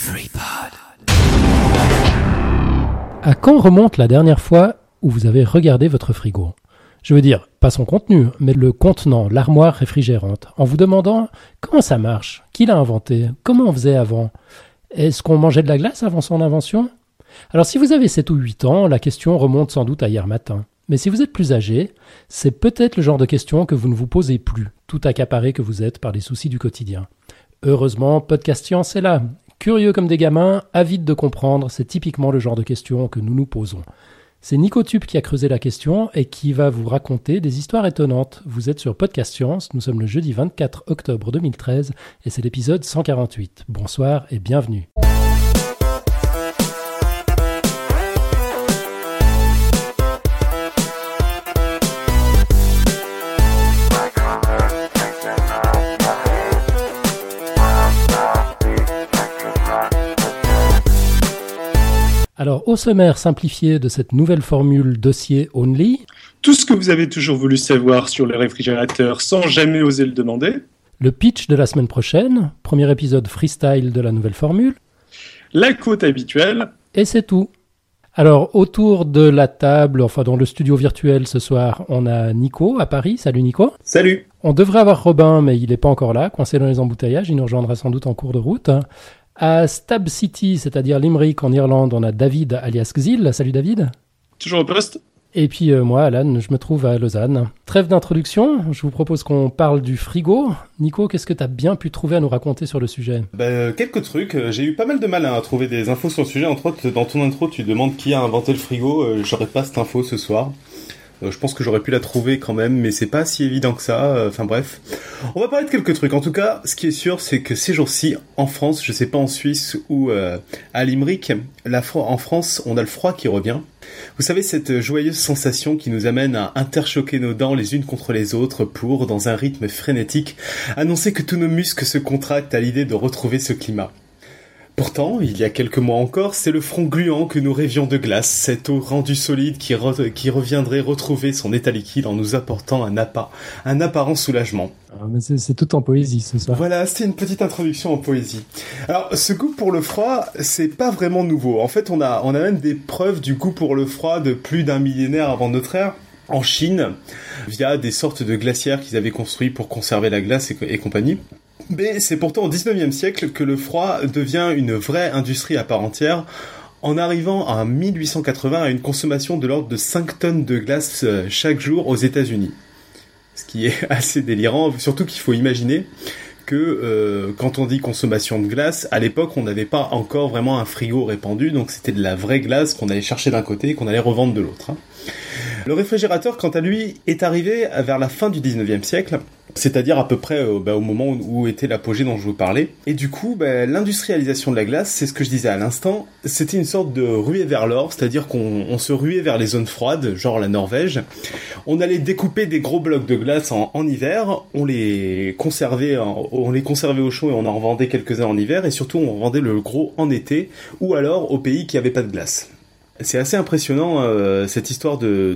À quand remonte la dernière fois où vous avez regardé votre frigo ? Je veux dire, pas son contenu, mais le contenant, l'armoire réfrigérante, en vous demandant comment ça marche, qui l'a inventé, comment on faisait avant. Est-ce qu'on mangeait de la glace avant son invention ? Alors si vous avez 7 ou 8 ans, la question remonte sans doute à hier matin. Mais si vous êtes plus âgé, c'est peut-être le genre de question que vous ne vous posez plus, tout accaparé que vous êtes par les soucis du quotidien. Heureusement, Podcast Science est là. Curieux comme des gamins, avides de comprendre, c'est typiquement le genre de questions que nous nous posons. C'est Nicotube qui a creusé la question et qui va vous raconter des histoires étonnantes. Vous êtes sur Podcast Science, nous sommes le jeudi 24 octobre 2013 et c'est l'épisode 148. Bonsoir et bienvenue. Alors, au sommaire simplifié de cette nouvelle formule dossier only, tout ce que vous avez toujours voulu savoir sur les réfrigérateurs sans jamais oser le demander, le pitch de la semaine prochaine, premier épisode freestyle de la nouvelle formule, la quote habituelle, et c'est tout. Alors, autour de la table, enfin dans le studio virtuel ce soir, on a Nico à Paris. Salut Nico. Salut. On devrait avoir Robin, mais il n'est pas encore là, coincé dans les embouteillages, il nous rejoindra sans doute en cours de route. À Stab City, c'est-à-dire Limerick en Irlande, on a David alias Xil. Salut David. Toujours au poste. Et puis moi, Alan, je me trouve à Lausanne. Trêve d'introduction, je vous propose qu'on parle du frigo. Nico, qu'est-ce que tu as bien pu trouver à nous raconter sur le sujet ? Quelques trucs. J'ai eu pas mal de mal à trouver des infos sur le sujet. Entre autres, dans ton intro, tu demandes qui a inventé le frigo. J'aurais pas cette info ce soir. Je pense que j'aurais pu la trouver quand même, mais c'est pas si évident que ça. Enfin bref, on va parler de quelques trucs. En tout cas, ce qui est sûr, c'est que ces jours-ci, en France, je sais pas en Suisse ou à Limerick, en France, on a le froid qui revient. Vous savez, cette joyeuse sensation qui nous amène à interchoquer nos dents les unes contre les autres pour, dans un rythme frénétique, annoncer que tous nos muscles se contractent à l'idée de retrouver ce climat. Pourtant, il y a quelques mois encore, c'est le front gluant que nous rêvions de glace, cette eau rendue solide qui reviendrait retrouver son état liquide en nous apportant un apparent soulagement. Ah, mais c'est tout en poésie, c'est ça. Voilà, c'était une petite introduction en poésie. Alors, ce goût pour le froid, c'est pas vraiment nouveau. En fait, on a même des preuves du goût pour le froid de plus d'un millénaire avant notre ère. En Chine, via des sortes de glacières qu'ils avaient construits pour conserver la glace et compagnie. Mais c'est pourtant au 19e siècle que le froid devient une vraie industrie à part entière, en arrivant en 1880 à une consommation de l'ordre de 5 tonnes de glace chaque jour aux États-Unis. Ce qui est assez délirant, surtout qu'il faut imaginer que quand on dit consommation de glace, à l'époque on n'avait pas encore vraiment un frigo répandu, donc c'était de la vraie glace qu'on allait chercher d'un côté et qu'on allait revendre de l'autre. Le réfrigérateur, quant à lui, est arrivé vers la fin du 19e siècle, c'est-à-dire à peu près au moment où était l'apogée dont je vous parlais. Et du coup, l'industrialisation de la glace, c'est ce que je disais à l'instant, c'était une sorte de ruée vers l'or, c'est-à-dire qu'on se ruait vers les zones froides, genre la Norvège. On allait découper des gros blocs de glace en hiver, on les conservait au chaud et on en revendait quelques-uns en hiver, et surtout on vendait le gros en été, ou alors aux pays qui n'avaient pas de glace. C'est assez impressionnant cette histoire de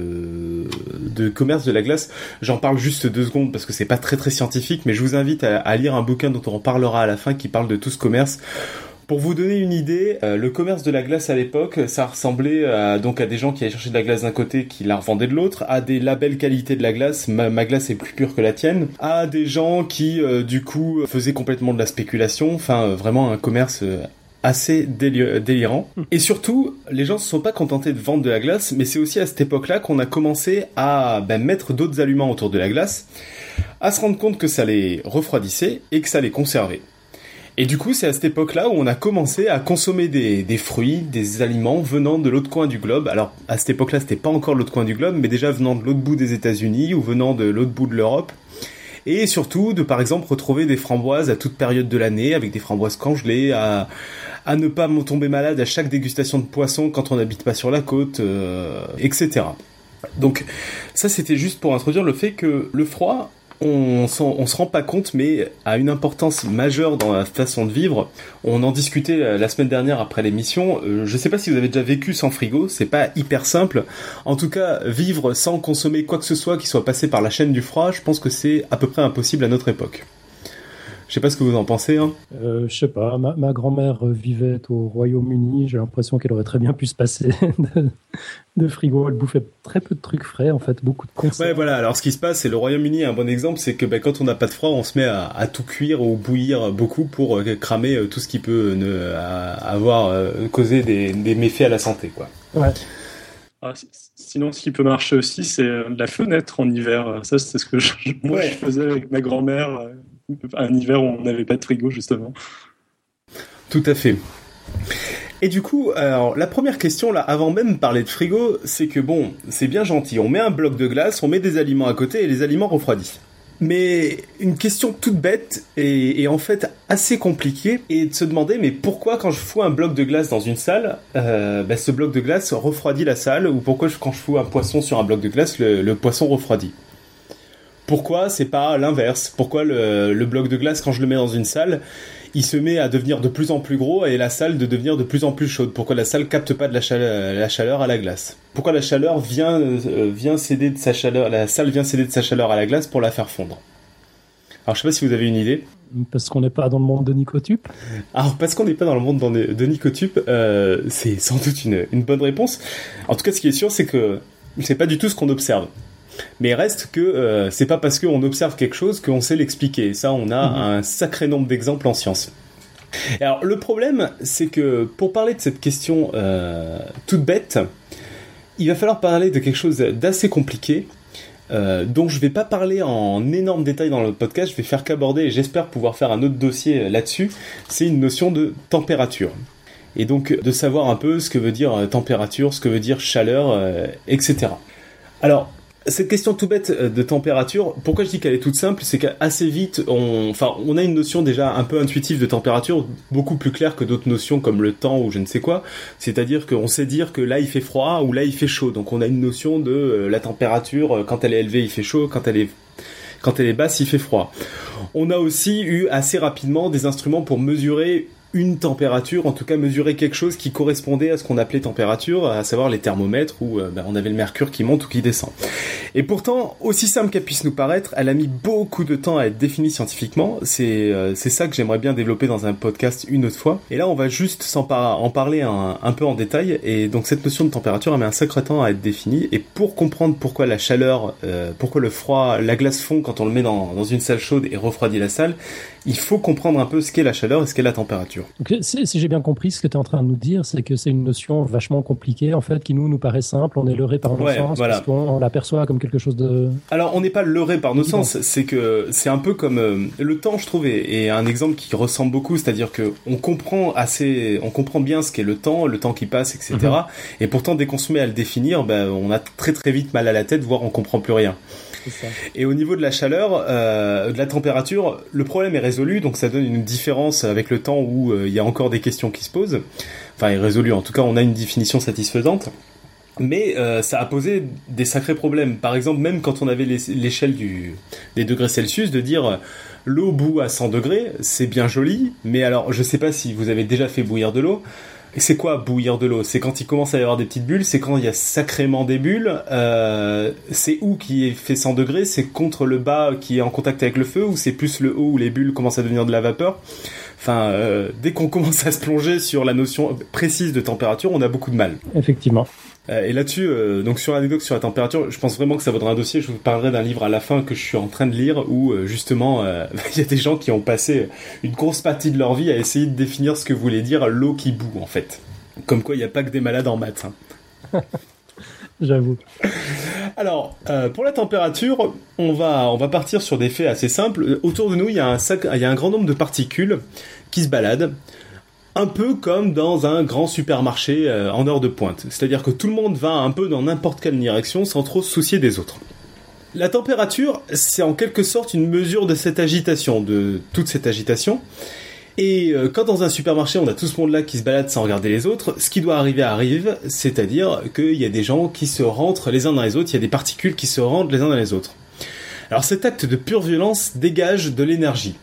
commerce de la glace. J'en parle juste 2 secondes parce que c'est pas très très scientifique, mais je vous invite à lire un bouquin dont on parlera à la fin qui parle de tout ce commerce. Pour vous donner une idée, le commerce de la glace à l'époque, ça ressemblait à des gens qui allaient chercher de la glace d'un côté, qui la revendaient de l'autre, à des labels qualité de la glace, ma glace est plus pure que la tienne, à des gens qui du coup faisaient complètement de la spéculation, enfin vraiment un commerce assez délirant. Et surtout, les gens se sont pas contentés de vendre de la glace, mais c'est aussi à cette époque-là qu'on a commencé à mettre d'autres aliments autour de la glace, à se rendre compte que ça les refroidissait et que ça les conservait. Et du coup, c'est à cette époque-là où on a commencé à consommer des fruits, des aliments venant de l'autre coin du globe. Alors, à cette époque-là, c'était pas encore l'autre coin du globe, mais déjà venant de l'autre bout des États-Unis ou venant de l'autre bout de l'Europe. Et surtout, de par exemple retrouver des framboises à toute période de l'année, avec des framboises congelées, à ne pas tomber malade à chaque dégustation de poisson quand on n'habite pas sur la côte, etc. Donc ça c'était juste pour introduire le fait que le froid, on se rend pas compte, mais a une importance majeure dans la façon de vivre. On en discutait la semaine dernière après l'émission. Je sais pas si vous avez déjà vécu sans frigo, c'est pas hyper simple. En tout cas, vivre sans consommer quoi que ce soit qui soit passé par la chaîne du froid, je pense que c'est à peu près impossible à notre époque. Je sais pas ce que vous en pensez. Hein. Je sais pas, ma grand-mère vivait au Royaume-Uni, j'ai l'impression qu'elle aurait très bien pu se passer de frigo. Elle bouffait très peu de trucs frais, en fait, beaucoup de conserves. Ouais, voilà. Alors, ce qui se passe, c'est le Royaume-Uni, un bon exemple, c'est que quand on n'a pas de froid, on se met à tout cuire ou bouillir beaucoup pour cramer tout ce qui peut avoir causé des méfaits à la santé, quoi. Ouais. Sinon, ce qui peut marcher aussi, c'est la fenêtre en hiver. Ça, c'est ce que je faisais avec ma grand-mère. Un hiver où on n'avait pas de frigo, justement. Tout à fait. Et du coup, alors, la première question, là, avant même de parler de frigo, c'est que bon, c'est bien gentil, on met un bloc de glace, on met des aliments à côté et les aliments refroidissent. Mais une question toute bête et en fait assez compliquée est de se demander, mais pourquoi quand je fous un bloc de glace dans une salle, ce bloc de glace refroidit la salle, ou pourquoi quand je fous un poisson sur un bloc de glace, le poisson refroidit? Pourquoi c'est pas l'inverse? Pourquoi le bloc de glace, quand je le mets dans une salle, il se met à devenir de plus en plus gros et la salle de devenir de plus en plus chaude? Pourquoi la salle capte pas de la chaleur à la glace? Pourquoi la chaleur vient céder de sa chaleur, la salle vient céder de sa chaleur à la glace pour la faire fondre? Alors je sais pas si vous avez une idée. Parce qu'on n'est pas dans le monde de Nicotube. Alors parce qu'on n'est pas dans le monde de Nicotube, c'est sans doute une bonne réponse. En tout cas, ce qui est sûr, c'est que c'est pas du tout ce qu'on observe. Mais reste que c'est pas parce qu'on observe quelque chose qu'on sait l'expliquer. Et ça, on a un sacré nombre d'exemples en science. Et alors, le problème, c'est que pour parler de cette question toute bête, il va falloir parler de quelque chose d'assez compliqué, dont je vais pas parler en énorme détail dans le podcast. Je vais faire qu'aborder, et j'espère pouvoir faire un autre dossier là-dessus. C'est une notion de température. Et donc, de savoir un peu ce que veut dire température, ce que veut dire chaleur, etc. Alors, cette question tout bête de température, pourquoi je dis qu'elle est toute simple, c'est qu'assez vite, on a une notion déjà un peu intuitive de température, beaucoup plus claire que d'autres notions comme le temps ou je ne sais quoi. C'est-à-dire qu'on sait dire que là il fait froid ou là il fait chaud. Donc on a une notion de la température, quand elle est élevée il fait chaud, quand elle est basse il fait froid. On a aussi eu assez rapidement des instruments pour mesurer une température, en tout cas mesurer quelque chose qui correspondait à ce qu'on appelait température, à savoir les thermomètres où on avait le mercure qui monte ou qui descend. Et pourtant, aussi simple qu'elle puisse nous paraître, elle a mis beaucoup de temps à être définie scientifiquement. C'est ça que j'aimerais bien développer dans un podcast une autre fois. Et là, on va juste en parler un peu en détail. Et donc cette notion de température, elle met un sacré temps à être définie. Et pour comprendre pourquoi la chaleur, pourquoi le froid, la glace fond quand on le met dans une salle chaude et refroidit la salle, il faut comprendre un peu ce qu'est la chaleur et ce qu'est la température. Donc, si j'ai bien compris, ce que tu es en train de nous dire, c'est que c'est une notion vachement compliquée, en fait, qui nous paraît simple, on est leurré par nos sens, voilà. Parce qu'on l'aperçoit comme quelque chose de... Alors, on n'est pas leurré par nos sens, c'est que c'est un peu comme le temps, je trouve, est un exemple qui ressemble beaucoup, c'est-à-dire que on comprend bien ce qu'est le temps qui passe, etc. Et pourtant, dès qu'on se met à le définir, on a très très vite mal à la tête, voire on comprend plus rien. Et au niveau de la chaleur, de la température, le problème est résolu, donc ça donne une différence avec le temps où il y a encore des questions qui se posent. Enfin, est résolu, en tout cas on a une définition satisfaisante. Mais ça a posé des sacrés problèmes. Par exemple, même quand on avait l'échelle des degrés Celsius, de dire l'eau bout à 100 degrés, c'est bien joli, mais alors je sais pas si vous avez déjà fait bouillir de l'eau. Et c'est quoi bouillir de l'eau? C'est quand il commence à y avoir des petites bulles, c'est quand il y a sacrément des bulles. C'est où qui est fait 100 degrés? C'est contre le bas qui est en contact avec le feu, ou c'est plus le haut où les bulles commencent à devenir de la vapeur? Enfin, dès qu'on commence à se plonger sur la notion précise de température, on a beaucoup de mal. Effectivement. Et là-dessus, donc sur l'anecdote sur la température, je pense vraiment que ça vaudra un dossier. Je vous parlerai d'un livre à la fin que je suis en train de lire où justement il y a des gens qui ont passé une grosse partie de leur vie à essayer de définir ce que voulait dire l'eau qui bout en fait. Comme quoi il n'y a pas que des malades en maths. Hein. J'avoue. Alors, pour la température, on va partir sur des faits assez simples. Autour de nous, il y a un grand nombre de particules qui se baladent. Un peu comme dans un grand supermarché en heure de pointe. C'est-à-dire que tout le monde va un peu dans n'importe quelle direction sans trop se soucier des autres. La température, c'est en quelque sorte une mesure de cette agitation, de toute cette agitation. Et quand dans un supermarché, on a tout ce monde-là qui se balade sans regarder les autres, ce qui doit arriver arrive, c'est-à-dire qu'il y a des gens qui se rentrent les uns dans les autres, il y a des particules qui se rentrent les uns dans les autres. Alors cet acte de pure violence dégage de l'énergie.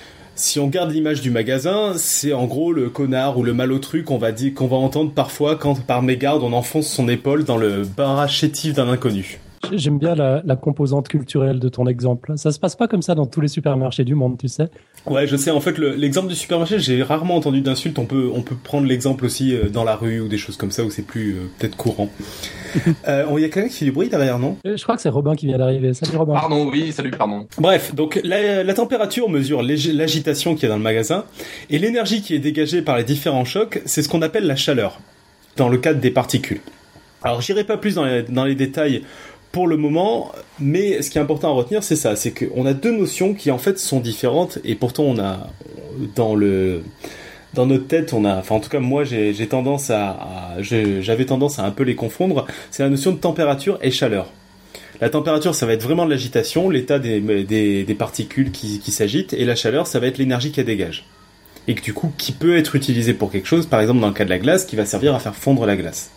Si on garde l'image du magasin, c'est en gros le connard ou le malotru qu'on va entendre parfois quand par mégarde on enfonce son épaule dans le bras chétif d'un inconnu. J'aime bien la composante culturelle de ton exemple. Ça se passe pas comme ça dans tous les supermarchés du monde, tu sais. Ouais, je sais. En fait, l'exemple du supermarché, j'ai rarement entendu d'insultes. On peut prendre l'exemple aussi dans la rue ou des choses comme ça où c'est plus peut-être courant. Il y a quelqu'un qui fait du bruit derrière, non ? Je crois que c'est Robin qui vient d'arriver. Salut Robin. Pardon, oui, salut, pardon. Bref, donc la température mesure l'agitation qu'il y a dans le magasin et l'énergie qui est dégagée par les différents chocs, c'est ce qu'on appelle la chaleur dans le cadre des particules. Alors, j'irai pas plus dans les détails pour le moment, mais ce qui est important à retenir, c'est ça, c'est qu'on a deux notions qui en fait sont différentes et pourtant on a dans notre tête, en tout cas moi j'avais tendance à un peu les confondre. C'est la notion de température et chaleur. La température, ça va être vraiment de l'agitation, l'état des particules qui s'agitent, et la chaleur, ça va être l'énergie qu'elle dégage. Et que du coup, qui peut être utilisée pour quelque chose, par exemple dans le cas de la glace, qui va servir à faire fondre la glace.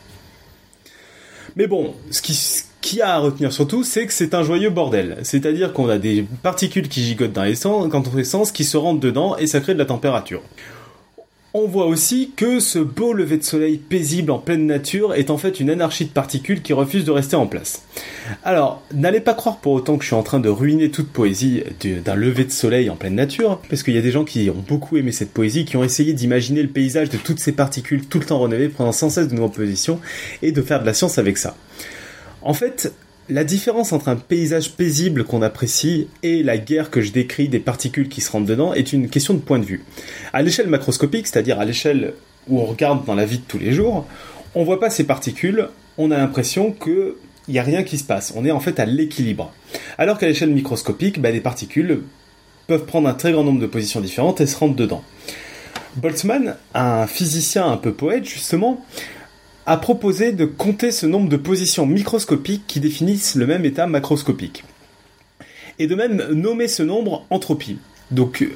Mais bon, ce qu'il y a à retenir surtout, c'est que c'est un joyeux bordel. C'est-à-dire qu'on a des particules qui gigotent dans les sens, qui se rentrent dedans, et ça crée de la température. On voit aussi que ce beau lever de soleil paisible en pleine nature est en fait une anarchie de particules qui refuse de rester en place. Alors, n'allez pas croire pour autant que je suis en train de ruiner toute poésie d'un lever de soleil en pleine nature, parce qu'il y a des gens qui ont beaucoup aimé cette poésie, qui ont essayé d'imaginer le paysage de toutes ces particules tout le temps rénovées, prenant sans cesse de nouvelles positions, et de faire de la science avec ça. En fait, la différence entre un paysage paisible qu'on apprécie et la guerre que je décris des particules qui se rentrent dedans est une question de point de vue. À l'échelle macroscopique, c'est-à-dire à l'échelle où on regarde dans la vie de tous les jours, on voit pas ces particules, on a l'impression qu'il n'y a rien qui se passe, on est en fait à l'équilibre. Alors qu'à l'échelle microscopique, des particules peuvent prendre un très grand nombre de positions différentes et se rentrent dedans. Boltzmann, un physicien un peu poète justement, a proposé de compter ce nombre de positions microscopiques qui définissent le même état macroscopique. Et de même nommer ce nombre entropie. Donc,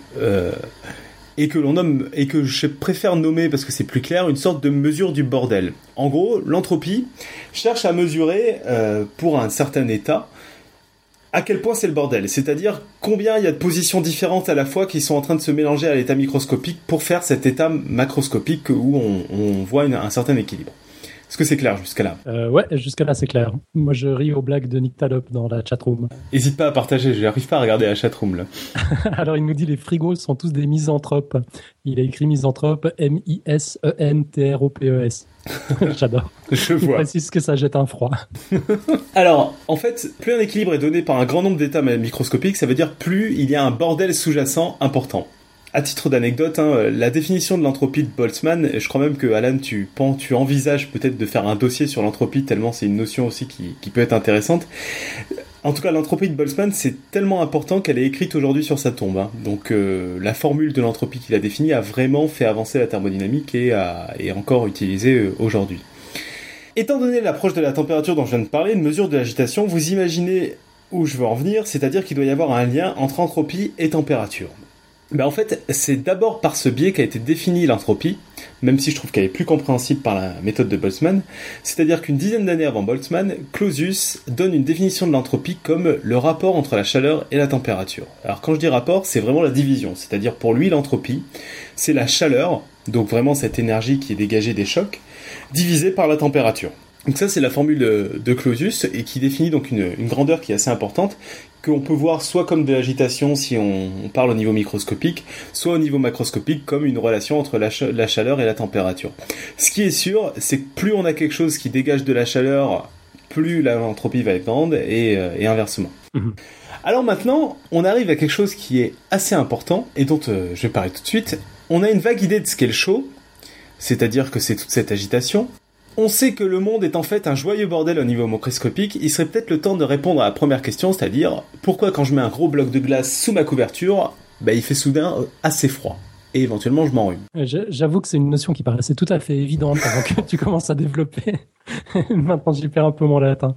et que je préfère nommer, parce que c'est plus clair, une sorte de mesure du bordel. En gros, l'entropie cherche à mesurer, pour un certain état, à quel point c'est le bordel. C'est-à-dire combien il y a de positions différentes à la fois qui sont en train de se mélanger à l'état microscopique pour faire cet état macroscopique où on voit un certain équilibre. Est-ce que c'est clair jusqu'à là ? Ouais, jusqu'à là c'est clair. Moi je ris aux blagues de Nick Talop dans la chatroom. N'hésite pas à partager, je n'arrive pas à regarder la chatroom là. Alors il nous dit les frigos sont tous des misanthropes. Il a écrit misanthrope, M-I-S-E-N-T-R-O-P-E-S. J'adore. Je vois. Il précise que ça jette un froid. Alors, en fait, plus un équilibre est donné par un grand nombre d'états microscopiques, ça veut dire plus il y a un bordel sous-jacent important. À titre d'anecdote, la définition de l'entropie de Boltzmann, et je crois même que Alan, tu envisages peut-être de faire un dossier sur l'entropie, tellement c'est une notion aussi qui peut être intéressante. En tout cas, l'entropie de Boltzmann, c'est tellement important qu'elle est écrite aujourd'hui sur sa tombe. Donc la formule de l'entropie qu'il a définie a vraiment fait avancer la thermodynamique et est encore utilisée aujourd'hui. Étant donné l'approche de la température dont je viens de parler, une mesure de l'agitation, vous imaginez où je veux en venir, c'est-à-dire qu'il doit y avoir un lien entre entropie et température. En fait, c'est d'abord par ce biais qu'a été définie l'entropie, même si je trouve qu'elle est plus compréhensible par la méthode de Boltzmann, c'est-à-dire qu'une dizaine d'années avant Boltzmann, Clausius donne une définition de l'entropie comme le rapport entre la chaleur et la température. Alors quand je dis rapport, c'est vraiment la division, c'est-à-dire pour lui l'entropie, c'est la chaleur, donc vraiment cette énergie qui est dégagée des chocs, divisée par la température. Donc ça c'est la formule de Clausius et qui définit donc une grandeur qui est assez importante, qu'on peut voir soit comme de l'agitation si on parle au niveau microscopique, soit au niveau macroscopique comme une relation entre la chaleur et la température. Ce qui est sûr, c'est que plus on a quelque chose qui dégage de la chaleur, plus l'entropie va être grande et inversement. Mmh. Alors maintenant, on arrive à quelque chose qui est assez important et dont je vais parler tout de suite. On a une vague idée de ce qu'est le chaud, c'est-à-dire que c'est toute cette agitation. On sait que le monde est en fait un joyeux bordel au niveau macroscopique, il serait peut-être le temps de répondre à la première question, c'est-à-dire pourquoi quand je mets un gros bloc de glace sous ma couverture, il fait soudain assez froid, et éventuellement je m'enrhume. J'avoue que c'est une notion qui paraissait tout à fait évidente avant que tu commences à développer. Maintenant j'y perds un peu mon latin.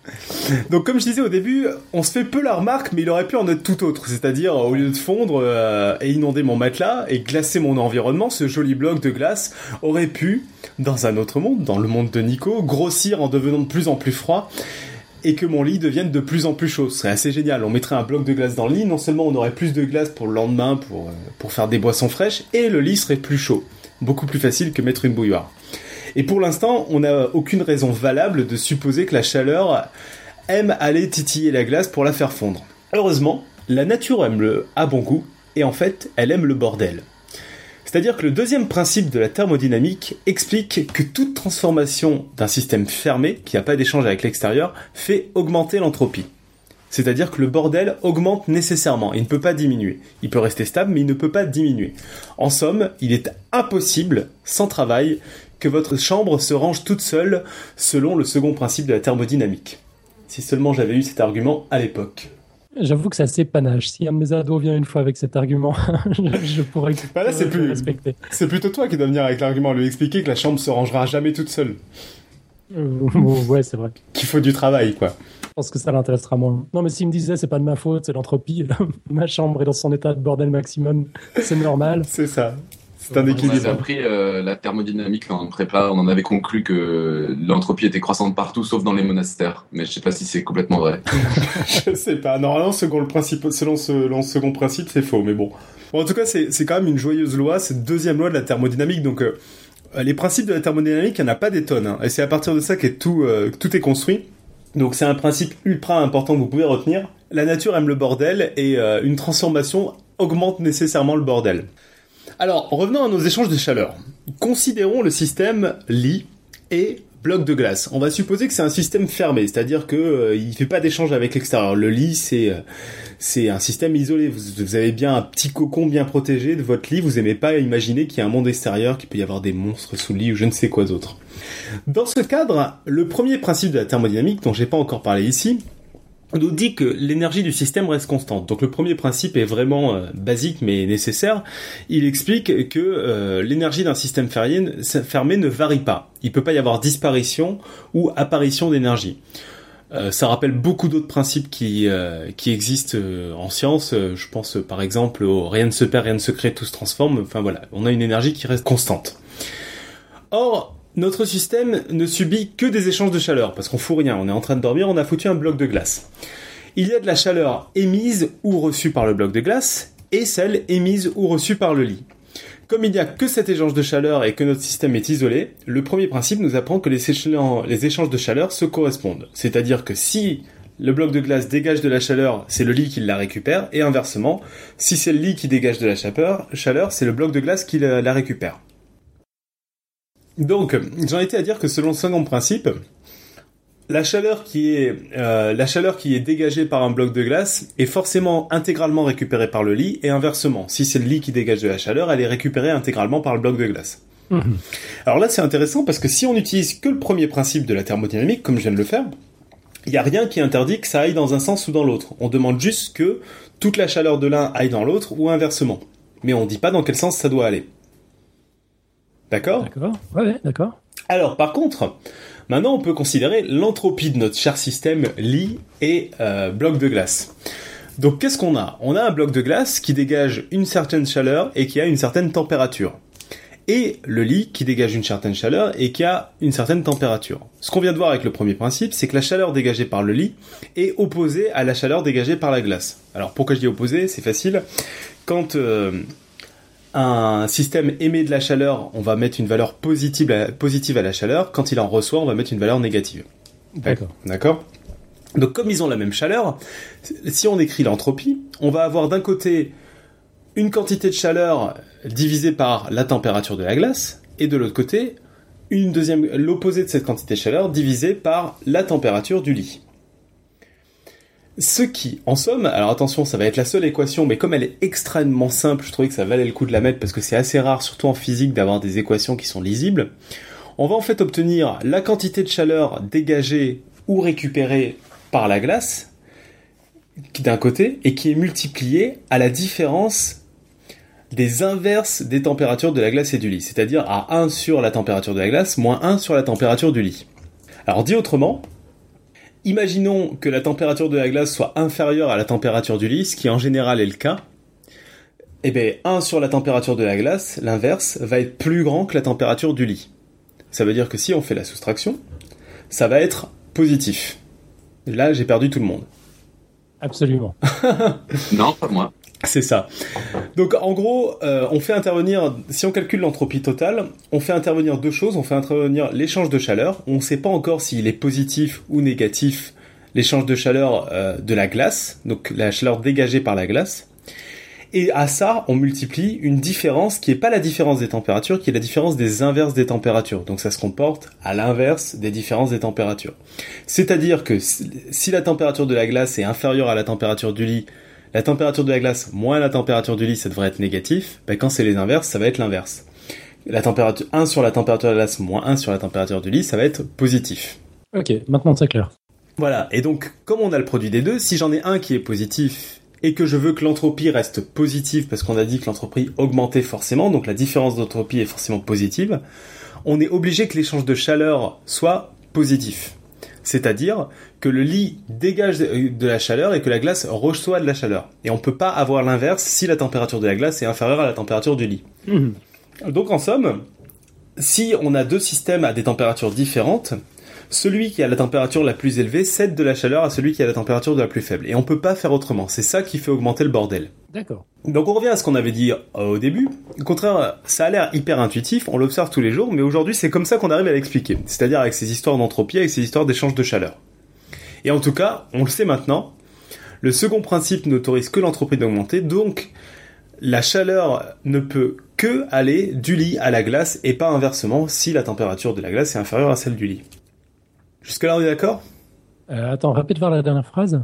Donc comme je disais au début, on se fait peu la remarque, mais il aurait pu en être tout autre, c'est-à-dire au lieu de fondre et inonder mon matelas et glacer mon environnement, ce joli bloc de glace aurait pu, dans un autre monde, dans le monde de Nico, grossir en devenant de plus en plus froid et que mon lit devienne de plus en plus chaud. Ce serait assez génial, on mettrait un bloc de glace dans le lit, non seulement on aurait plus de glace pour le lendemain pour faire des boissons fraîches, et le lit serait plus chaud, beaucoup plus facile que mettre une bouilloire. Et pour l'instant, on n'a aucune raison valable de supposer que la chaleur aime aller titiller la glace pour la faire fondre. Heureusement, la nature a bon goût, et en fait, elle aime le bordel. C'est-à-dire que le deuxième principe de la thermodynamique explique que toute transformation d'un système fermé, qui n'a pas d'échange avec l'extérieur, fait augmenter l'entropie. C'est-à-dire que le bordel augmente nécessairement, il ne peut pas diminuer. Il peut rester stable, mais il ne peut pas diminuer. En somme, il est impossible, sans travail, que votre chambre se range toute seule selon le second principe de la thermodynamique. Si seulement j'avais eu cet argument à l'époque. J'avoue que c'est assez panache. Si un de mes ados vient une fois avec cet argument, je pourrais là, le respecter. C'est plutôt toi qui dois venir avec l'argument, lui expliquer que la chambre se rangera jamais toute seule. Ouais, c'est vrai. Qu'il faut du travail, quoi. Je pense que ça l'intéressera moins. Non, mais s'il me disait c'est pas de ma faute, c'est l'entropie, ma chambre est dans son état de bordel maximum, c'est normal. C'est ça. C'est un équilibre. On avait appris la thermodynamique en prépa, on en avait conclu que l'entropie était croissante partout, sauf dans les monastères. Mais je sais pas si c'est complètement vrai. Je sais pas. Normalement, selon le second principe, c'est faux, mais bon. En tout cas, c'est quand même une joyeuse loi, cette deuxième loi de la thermodynamique. Donc, les principes de la thermodynamique, il n'y en a pas des tonnes. Hein, et c'est à partir de ça que tout est construit. Donc, c'est un principe ultra important que vous pouvez retenir. La nature aime le bordel et une transformation augmente nécessairement le bordel. Alors, revenons à nos échanges de chaleur. Considérons le système lit et bloc de glace. On va supposer que c'est un système fermé, c'est-à-dire que il fait pas d'échange avec l'extérieur. Le lit, c'est un système isolé. Vous avez bien un petit cocon bien protégé de votre lit. Vous aimez pas imaginer qu'il y a un monde extérieur, qu'il peut y avoir des monstres sous le lit ou je ne sais quoi d'autre. Dans ce cadre, le premier principe de la thermodynamique, dont j'ai pas encore parlé ici, nous dit que l'énergie du système reste constante. Donc le premier principe est vraiment basique mais nécessaire. Il explique que l'énergie d'un système fermé ne varie pas. Il peut pas y avoir disparition ou apparition d'énergie. Ça rappelle beaucoup d'autres principes qui existent en science. Je pense par exemple au rien ne se perd, rien ne se crée, tout se transforme. Enfin voilà, on a une énergie qui reste constante. Or, notre système ne subit que des échanges de chaleur, parce qu'on fout rien, on est en train de dormir, on a foutu un bloc de glace. Il y a de la chaleur émise ou reçue par le bloc de glace, et celle émise ou reçue par le lit. Comme il n'y a que cet échange de chaleur et que notre système est isolé, le premier principe nous apprend que les échanges de chaleur se correspondent. C'est-à-dire que si le bloc de glace dégage de la chaleur, c'est le lit qui la récupère, et inversement, si c'est le lit qui dégage de la chaleur, c'est le bloc de glace qui la récupère. Donc, j'en étais à dire que selon le second principe, la chaleur qui est dégagée par un bloc de glace est forcément intégralement récupérée par le lit et inversement. Si c'est le lit qui dégage de la chaleur, elle est récupérée intégralement par le bloc de glace. Mmh. Alors là, c'est intéressant parce que si on n'utilise que le premier principe de la thermodynamique, comme je viens de le faire, il n'y a rien qui interdit que ça aille dans un sens ou dans l'autre. On demande juste que toute la chaleur de l'un aille dans l'autre ou inversement. Mais on ne dit pas dans quel sens ça doit aller. D'accord ? D'accord, ouais, d'accord. Alors, par contre, maintenant, on peut considérer l'entropie de notre cher système lit et bloc de glace. Donc, qu'est-ce qu'on a ? On a un bloc de glace qui dégage une certaine chaleur et qui a une certaine température. Et le lit qui dégage une certaine chaleur et qui a une certaine température. Ce qu'on vient de voir avec le premier principe, c'est que la chaleur dégagée par le lit est opposée à la chaleur dégagée par la glace. Alors, pourquoi je dis opposée ? C'est facile. Quand un système émet de la chaleur, on va mettre une valeur positive à la chaleur. Quand il en reçoit, on va mettre une valeur négative. D'accord ? Donc, comme ils ont la même chaleur, si on écrit l'entropie, on va avoir d'un côté une quantité de chaleur divisée par la température de la glace, et de l'autre côté, l'opposé de cette quantité de chaleur divisée par la température du lit. Ce qui, en somme, alors attention, ça va être la seule équation, mais comme elle est extrêmement simple, je trouvais que ça valait le coup de la mettre parce que c'est assez rare, surtout en physique, d'avoir des équations qui sont lisibles. On va en fait obtenir la quantité de chaleur dégagée ou récupérée par la glace, d'un côté, et qui est multipliée à la différence des inverses des températures de la glace et du lit, c'est-à-dire à 1 sur la température de la glace moins 1 sur la température du lit. Alors dit autrement, imaginons que la température de la glace soit inférieure à la température du lit, ce qui en général est le cas. Eh bien, 1 sur la température de la glace, l'inverse, va être plus grand que la température du lit. Ça veut dire que si on fait la soustraction, ça va être positif. Là, j'ai perdu tout le monde. Absolument. Non, pas moi. C'est ça. Donc en gros, on fait intervenir, si on calcule l'entropie totale, on fait intervenir deux choses. On fait intervenir l'échange de chaleur. On ne sait pas encore s'il est positif ou négatif l'échange de chaleur de la glace, donc la chaleur dégagée par la glace. Et à ça, on multiplie une différence qui n'est pas la différence des températures, qui est la différence des inverses des températures. Donc ça se comporte à l'inverse des différences des températures. C'est-à-dire que si la température de la glace est inférieure à la température du lit, la température de la glace moins la température du lit, ça devrait être négatif. Ben, quand c'est les inverses, ça va être l'inverse. La température 1 sur la température de la glace moins 1 sur la température du lit, ça va être positif. Ok, maintenant c'est clair. Voilà, et donc comme on a le produit des deux, si j'en ai un qui est positif et que je veux que l'entropie reste positive, parce qu'on a dit que l'entropie augmentait forcément, donc la différence d'entropie est forcément positive, on est obligé que l'échange de chaleur soit positif. C'est-à-dire que le lit dégage de la chaleur et que la glace reçoit de la chaleur. Et on ne peut pas avoir l'inverse si la température de la glace est inférieure à la température du lit. Donc en somme, si on a deux systèmes à des températures différentes, celui qui a la température la plus élevée cède de la chaleur à celui qui a la température de la plus faible. Et on peut pas faire autrement. C'est ça qui fait augmenter le bordel. D'accord. Donc on revient à ce qu'on avait dit au début. Au contraire, ça a l'air hyper intuitif, on l'observe tous les jours, mais aujourd'hui c'est comme ça qu'on arrive à l'expliquer. C'est-à-dire avec ces histoires d'entropie, avec ces histoires d'échange de chaleur. Et en tout cas, on le sait maintenant, le second principe n'autorise que l'entropie d'augmenter, donc la chaleur ne peut que aller du lit à la glace et pas inversement si la température de la glace est inférieure à celle du lit. Jusque-là, on est d'accord ? Attends, répète voir la dernière phrase.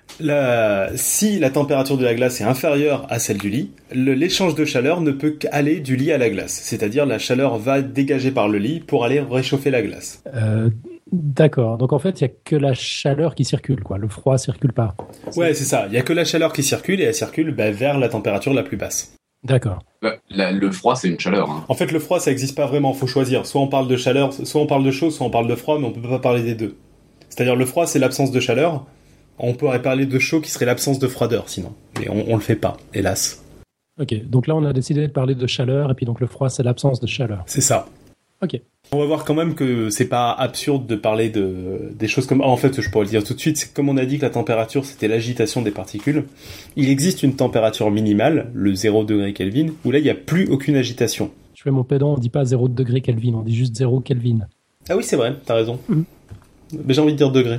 Si la température de la glace est inférieure à celle du lit, l'échange de chaleur ne peut qu'aller du lit à la glace. C'est-à-dire la chaleur va dégager par le lit pour aller réchauffer la glace. D'accord. Donc en fait, il n'y a que la chaleur qui circule, quoi. Le froid circule pas. Ouais, c'est ça. Il n'y a que la chaleur qui circule et elle circule vers la température la plus basse. D'accord. Le froid, c'est une chaleur. Hein. En fait, le froid, ça n'existe pas vraiment. Faut choisir. Soit on parle de chaleur, soit on parle de chaud, soit on parle de froid, mais on peut pas parler des deux. C'est-à-dire le froid, c'est l'absence de chaleur. On pourrait parler de chaud qui serait l'absence de froideur, sinon. Mais on le fait pas, hélas. Ok. Donc là, on a décidé de parler de chaleur, et puis donc le froid, c'est l'absence de chaleur. C'est ça. Ok. On va voir quand même que c'est pas absurde de parler des choses comme... en fait, je pourrais le dire tout de suite, c'est comme on a dit que la température, c'était l'agitation des particules. Il existe une température minimale, le 0 degré Kelvin, où là, il n'y a plus aucune agitation. Je fais mon pédant, on dit pas 0 degré Kelvin, on dit juste 0 Kelvin. Ah oui, c'est vrai, t'as raison. Mais j'ai envie de dire degré.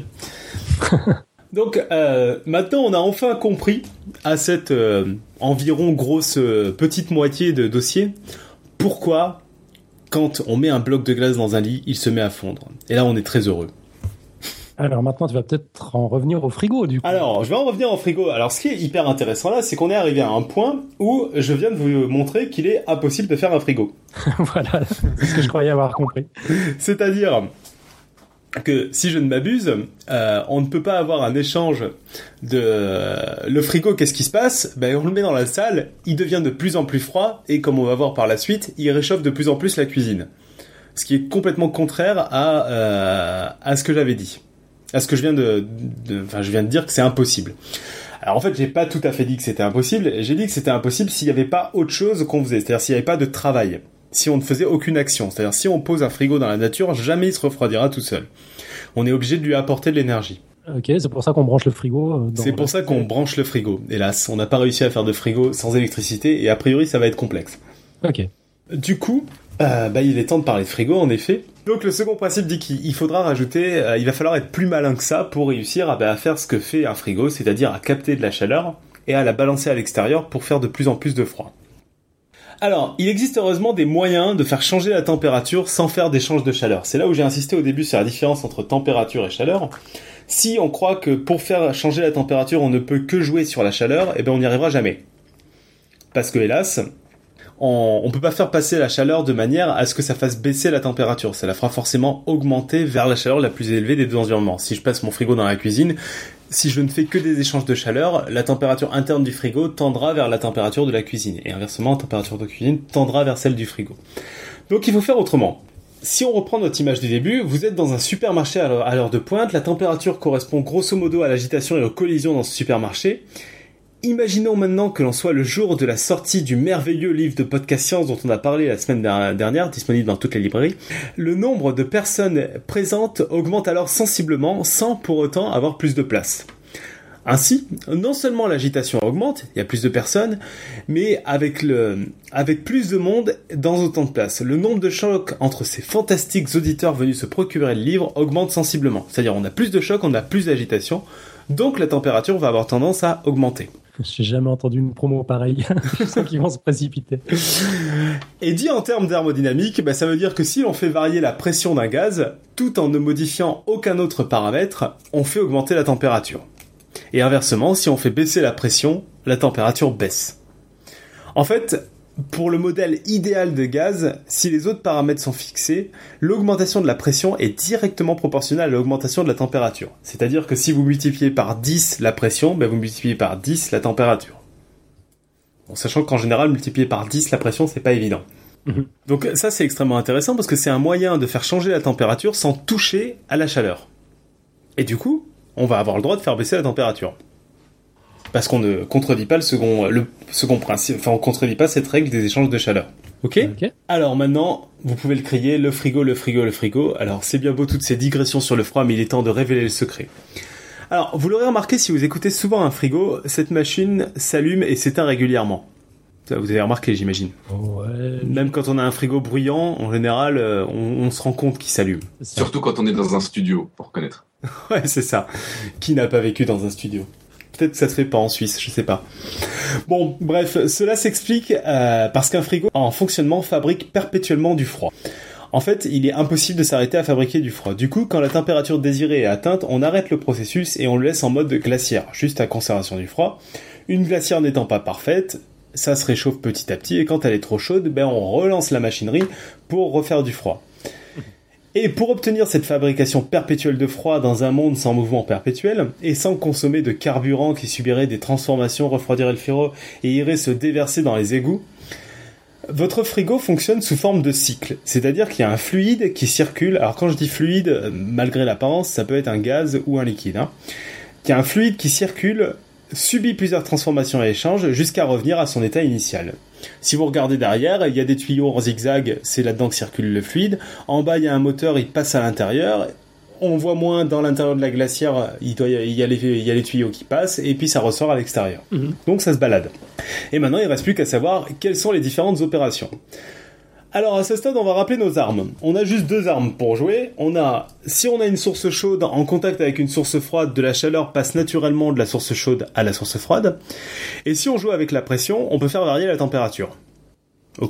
Donc, maintenant, on a enfin compris, à cette environ grosse petite moitié de dossier, pourquoi... quand on met un bloc de glace dans un lit, il se met à fondre. Et là, on est très heureux. Alors maintenant, tu vas peut-être en revenir au frigo, du coup. Alors, je vais en revenir au frigo. Alors, ce qui est hyper intéressant là, c'est qu'on est arrivé à un point où je viens de vous montrer qu'il est impossible de faire un frigo. Voilà, c'est ce que je croyais avoir compris. C'est-à-dire que, si je ne m'abuse, on ne peut pas avoir un échange de... Le frigo, qu'est-ce qui se passe ? Ben, on le met dans la salle, il devient de plus en plus froid, et comme on va voir par la suite, il réchauffe de plus en plus la cuisine. Ce qui est complètement contraire à ce que j'avais dit. À ce que je viens je viens de dire que c'est impossible. Alors en fait, j'ai pas tout à fait dit que c'était impossible, j'ai dit que c'était impossible s'il n'y avait pas autre chose qu'on faisait, c'est-à-dire s'il n'y avait pas de travail. Si on ne faisait aucune action. C'est-à-dire, si on pose un frigo dans la nature, jamais il se refroidira tout seul. On est obligé de lui apporter de l'énergie. Ok, c'est pour ça qu'on branche le frigo. C'est pour ça qu'on branche le frigo. Hélas, on n'a pas réussi à faire de frigo sans électricité, et a priori, ça va être complexe. Ok. Du coup, il est temps de parler de frigo, en effet. Donc, le second principe dit qu'il faudra rajouter, il va falloir être plus malin que ça pour réussir à faire ce que fait un frigo, c'est-à-dire à capter de la chaleur et à la balancer à l'extérieur pour faire de plus en plus de froid. Alors, il existe heureusement des moyens de faire changer la température sans faire d'échange de chaleur. C'est là où j'ai insisté au début sur la différence entre température et chaleur. Si on croit que pour faire changer la température, on ne peut que jouer sur la chaleur, on n'y arrivera jamais. Parce que, hélas, on peut pas faire passer la chaleur de manière à ce que ça fasse baisser la température. Ça la fera forcément augmenter vers la chaleur la plus élevée des deux environnements. Si je passe mon frigo dans la cuisine, si je ne fais que des échanges de chaleur, la température interne du frigo tendra vers la température de la cuisine. Et inversement, la température de cuisine tendra vers celle du frigo. Donc il faut faire autrement. Si on reprend notre image du début, vous êtes dans un supermarché à l'heure de pointe, la température correspond grosso modo à l'agitation et aux collisions dans ce supermarché. Imaginons maintenant que l'on soit le jour de la sortie du merveilleux livre de podcast science dont on a parlé la semaine dernière, disponible dans toutes les librairies. Le nombre de personnes présentes augmente alors sensiblement sans pour autant avoir plus de place. Ainsi, non seulement l'agitation augmente, il y a plus de personnes, mais avec plus de monde dans autant de places, le nombre de chocs entre ces fantastiques auditeurs venus se procurer le livre augmente sensiblement. C'est-à-dire on a plus de chocs, on a plus d'agitation, donc la température va avoir tendance à augmenter. J'ai jamais entendu une promo pareille. Je sens qu'ils vont se précipiter. Et dit en termes thermodynamique, ça veut dire que si l'on fait varier la pression d'un gaz, tout en ne modifiant aucun autre paramètre, on fait augmenter la température. Et inversement, si on fait baisser la pression, la température baisse. En fait, pour le modèle idéal de gaz, si les autres paramètres sont fixés, l'augmentation de la pression est directement proportionnelle à l'augmentation de la température. C'est-à-dire que si vous multipliez par 10 la pression, vous multipliez par 10 la température. En sachant qu'en général, multiplier par 10 la pression, c'est pas évident. Donc ça, c'est extrêmement intéressant parce que c'est un moyen de faire changer la température sans toucher à la chaleur. Et du coup, on va avoir le droit de faire baisser la température. Parce qu'on ne contredit pas le second principe, on contredit pas cette règle des échanges de chaleur. Ok ? Alors maintenant, vous pouvez le crier, le frigo, le frigo, le frigo. Alors c'est bien beau toutes ces digressions sur le froid, mais il est temps de révéler le secret. Alors, vous l'aurez remarqué si vous écoutez souvent un frigo, cette machine s'allume et s'éteint régulièrement. Ça, vous avez remarqué, j'imagine. Ouais. Même quand on a un frigo bruyant, en général, on se rend compte qu'il s'allume. Surtout quand on est dans un studio, pour reconnaître. Ouais, c'est ça. Qui n'a pas vécu dans un studio ? Peut-être que ça se fait pas en Suisse, je sais pas. Bon, bref, cela s'explique parce qu'un frigo en fonctionnement fabrique perpétuellement du froid. En fait, il est impossible de s'arrêter à fabriquer du froid. Du coup, quand la température désirée est atteinte, on arrête le processus et on le laisse en mode glaciaire, juste à conservation du froid. Une glacière n'étant pas parfaite, ça se réchauffe petit à petit et quand elle est trop chaude, on relance la machinerie pour refaire du froid. Et pour obtenir cette fabrication perpétuelle de froid dans un monde sans mouvement perpétuel, et sans consommer de carburant qui subirait des transformations, refroidirait le frigo et irait se déverser dans les égouts, votre frigo fonctionne sous forme de cycle. C'est-à-dire qu'il y a un fluide qui circule. Alors quand je dis fluide, malgré l'apparence, ça peut être un gaz ou un liquide. Il y a un fluide qui circule, subit plusieurs transformations et échanges jusqu'à revenir à son état initial. Si vous regardez derrière, il y a des tuyaux en zigzag, c'est là-dedans que circule le fluide. En bas, il y a un moteur, il passe à l'intérieur. On voit moins dans l'intérieur de la glacière, il y a les tuyaux qui passent, et puis ça ressort à l'extérieur. Donc ça se balade. Et maintenant, il ne reste plus qu'à savoir quelles sont les différentes opérations. Alors à ce stade, on va rappeler nos armes. On a juste 2 armes pour jouer. Si on a une source chaude en contact avec une source froide, de la chaleur passe naturellement de la source chaude à la source froide. Et si on joue avec la pression, on peut faire varier la température. Ok ?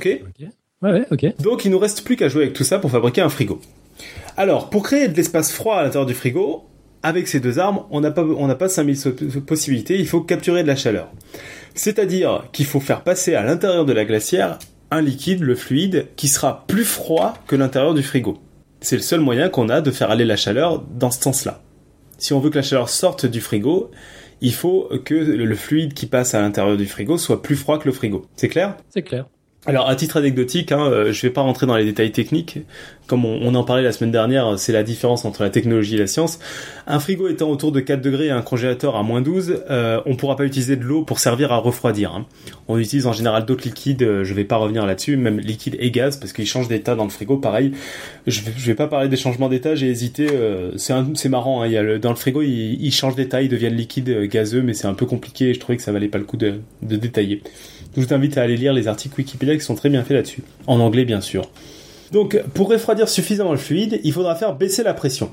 Ouais, ok. Donc il nous reste plus qu'à jouer avec tout ça pour fabriquer un frigo. Alors, pour créer de l'espace froid à l'intérieur du frigo, avec ces 2 armes, on n'a pas 5000 possibilités, il faut capturer de la chaleur. C'est-à-dire qu'il faut faire passer à l'intérieur de la glacière un liquide, le fluide, qui sera plus froid que l'intérieur du frigo. C'est le seul moyen qu'on a de faire aller la chaleur dans ce sens-là. Si on veut que la chaleur sorte du frigo, il faut que le fluide qui passe à l'intérieur du frigo soit plus froid que le frigo. C'est clair ? C'est clair. Alors, à titre anecdotique, je vais pas rentrer dans les détails techniques. Comme on en parlait la semaine dernière, c'est la différence entre la technologie et la science. Un frigo étant autour de 4 degrés et un congélateur à moins 12, on pourra pas utiliser de l'eau pour servir à refroidir. On utilise en général d'autres liquides, je vais pas revenir là-dessus, même liquide et gaz, parce qu'ils changent d'état dans le frigo, pareil. Je vais pas parler des changements d'état, j'ai hésité, c'est marrant, dans le frigo, ils changent d'état, ils deviennent liquides, gazeux, mais c'est un peu compliqué et je trouvais que ça valait pas le coup de détailler. Je vous invite à aller lire les articles Wikipédia qui sont très bien faits là-dessus. En anglais, bien sûr. Donc, pour refroidir suffisamment le fluide, il faudra faire baisser la pression.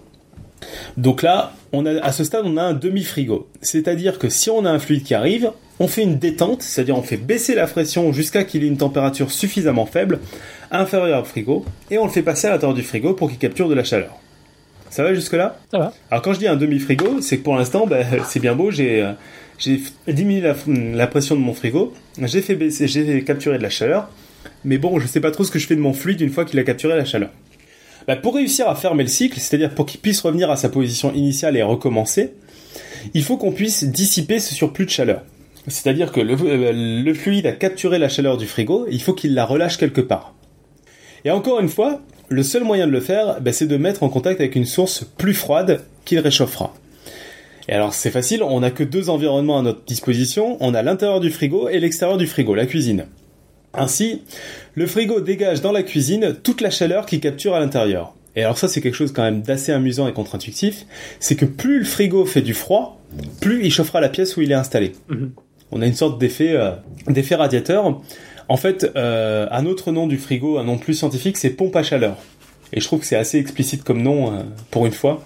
Donc là, à ce stade, on a un demi-frigo. C'est-à-dire que si on a un fluide qui arrive, on fait une détente, c'est-à-dire on fait baisser la pression jusqu'à qu'il ait une température suffisamment faible, inférieure au frigo, et on le fait passer à l'intérieur du frigo pour qu'il capture de la chaleur. Ça va jusque-là ? Ça va. Alors quand je dis un demi-frigo, c'est que pour l'instant, c'est bien beau, j'ai diminué la pression de mon frigo, j'ai capturé de la chaleur, mais bon, je sais pas trop ce que je fais de mon fluide une fois qu'il a capturé la chaleur. Pour réussir à fermer le cycle, c'est-à-dire pour qu'il puisse revenir à sa position initiale et recommencer, il faut qu'on puisse dissiper ce surplus de chaleur. C'est-à-dire que le fluide a capturé la chaleur du frigo, il faut qu'il la relâche quelque part. Et encore une fois, le seul moyen de le faire, c'est de mettre en contact avec une source plus froide qu'il réchauffera. Et alors c'est facile, on n'a que 2 environnements à notre disposition, on a l'intérieur du frigo et l'extérieur du frigo, la cuisine. Ainsi, le frigo dégage dans la cuisine toute la chaleur qu'il capture à l'intérieur. Et alors ça c'est quelque chose quand même d'assez amusant et contre-intuitif, c'est que plus le frigo fait du froid, plus il chauffera la pièce où il est installé. On a une sorte d'effet radiateur. En fait, un autre nom du frigo, un nom plus scientifique, c'est pompe à chaleur. Et je trouve que c'est assez explicite comme nom, pour une fois,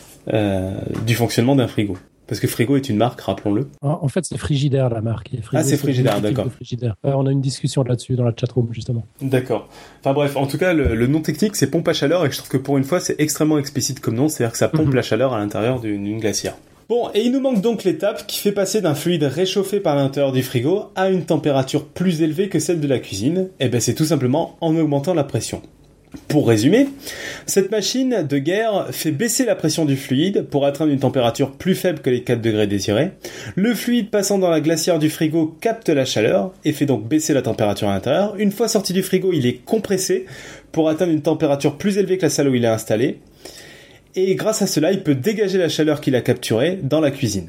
du fonctionnement d'un frigo. Parce que Frigo est une marque, rappelons-le. En fait, c'est Frigidaire, la marque. Ah, c'est Frigidaire, d'accord. Frigidaire. On a une discussion là-dessus dans la chatroom, justement. D'accord. Enfin bref, en tout cas, le nom technique, c'est pompe à chaleur, et je trouve que pour une fois, c'est extrêmement explicite comme nom, c'est-à-dire que ça pompe la chaleur à l'intérieur d'une glacière. Bon, et il nous manque donc l'étape qui fait passer d'un fluide réchauffé par l'intérieur du frigo à une température plus élevée que celle de la cuisine. Et ben c'est tout simplement en augmentant la pression. Pour résumer, cette machine de guerre fait baisser la pression du fluide pour atteindre une température plus faible que les 4 degrés désirés. Le fluide passant dans la glacière du frigo capte la chaleur et fait donc baisser la température à l'intérieur. Une fois sorti du frigo, il est compressé pour atteindre une température plus élevée que la salle où il est installé. Et grâce à cela, il peut dégager la chaleur qu'il a capturée dans la cuisine.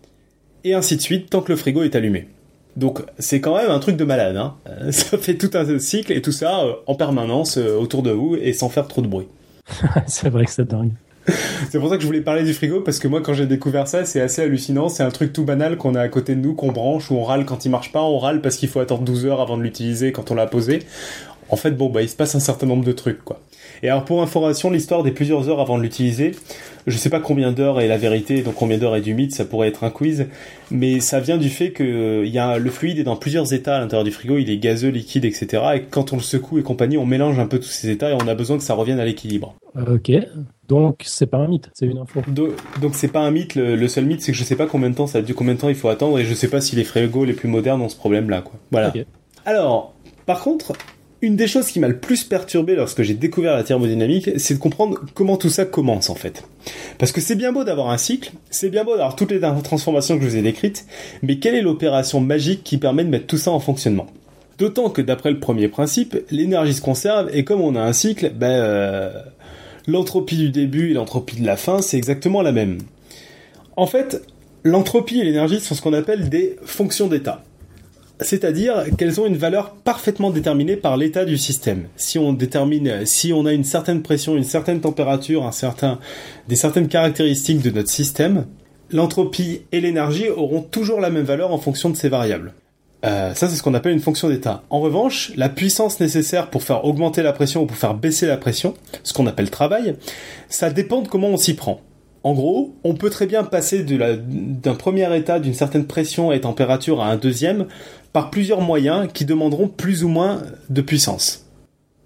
Et ainsi de suite, tant que le frigo est allumé. Donc c'est quand même un truc de malade, hein. Ça fait tout un cycle et tout ça en permanence autour de vous et sans faire trop de bruit. C'est vrai que c'est dingue. C'est pour ça que je voulais parler du frigo, parce que moi quand j'ai découvert ça, c'est assez hallucinant. C'est un truc tout banal qu'on a à côté de nous, qu'on branche, où on râle quand il marche pas, on râle parce qu'il faut attendre 12 heures avant de l'utiliser quand on l'a posé. En fait, il se passe un certain nombre de trucs, quoi. Et alors, pour information, l'histoire des plusieurs heures avant de l'utiliser, je sais pas combien d'heures est la vérité, donc combien d'heures est du mythe, ça pourrait être un quiz, mais ça vient du fait que le fluide est dans plusieurs états à l'intérieur du frigo, il est gazeux, liquide, etc. Et quand on le secoue et compagnie, on mélange un peu tous ces états et on a besoin que ça revienne à l'équilibre. Ok, donc c'est pas un mythe, c'est une info. Donc c'est pas un mythe, le seul mythe c'est que je sais pas combien de temps il faut attendre, et je sais pas si les frigos les plus modernes ont ce problème-là, quoi. Voilà. Okay. Alors, par contre, une des choses qui m'a le plus perturbé lorsque j'ai découvert la thermodynamique, c'est de comprendre comment tout ça commence, en fait. Parce que c'est bien beau d'avoir un cycle, c'est bien beau d'avoir toutes les transformations que je vous ai décrites, mais quelle est l'opération magique qui permet de mettre tout ça en fonctionnement ? D'autant que d'après le premier principe, l'énergie se conserve, et comme on a un cycle, l'entropie du début et l'entropie de la fin, c'est exactement la même. En fait, l'entropie et l'énergie sont ce qu'on appelle des fonctions d'état. C'est-à-dire qu'elles ont une valeur parfaitement déterminée par l'état du système. Si on a une certaine pression, une certaine température, des certaines caractéristiques de notre système, l'entropie et l'énergie auront toujours la même valeur en fonction de ces variables. Ça, c'est ce qu'on appelle une fonction d'état. En revanche, la puissance nécessaire pour faire augmenter la pression ou pour faire baisser la pression, ce qu'on appelle travail, ça dépend de comment on s'y prend. En gros, on peut très bien passer d'un premier état d'une certaine pression et température à un deuxième par plusieurs moyens qui demanderont plus ou moins de puissance. D'accord ?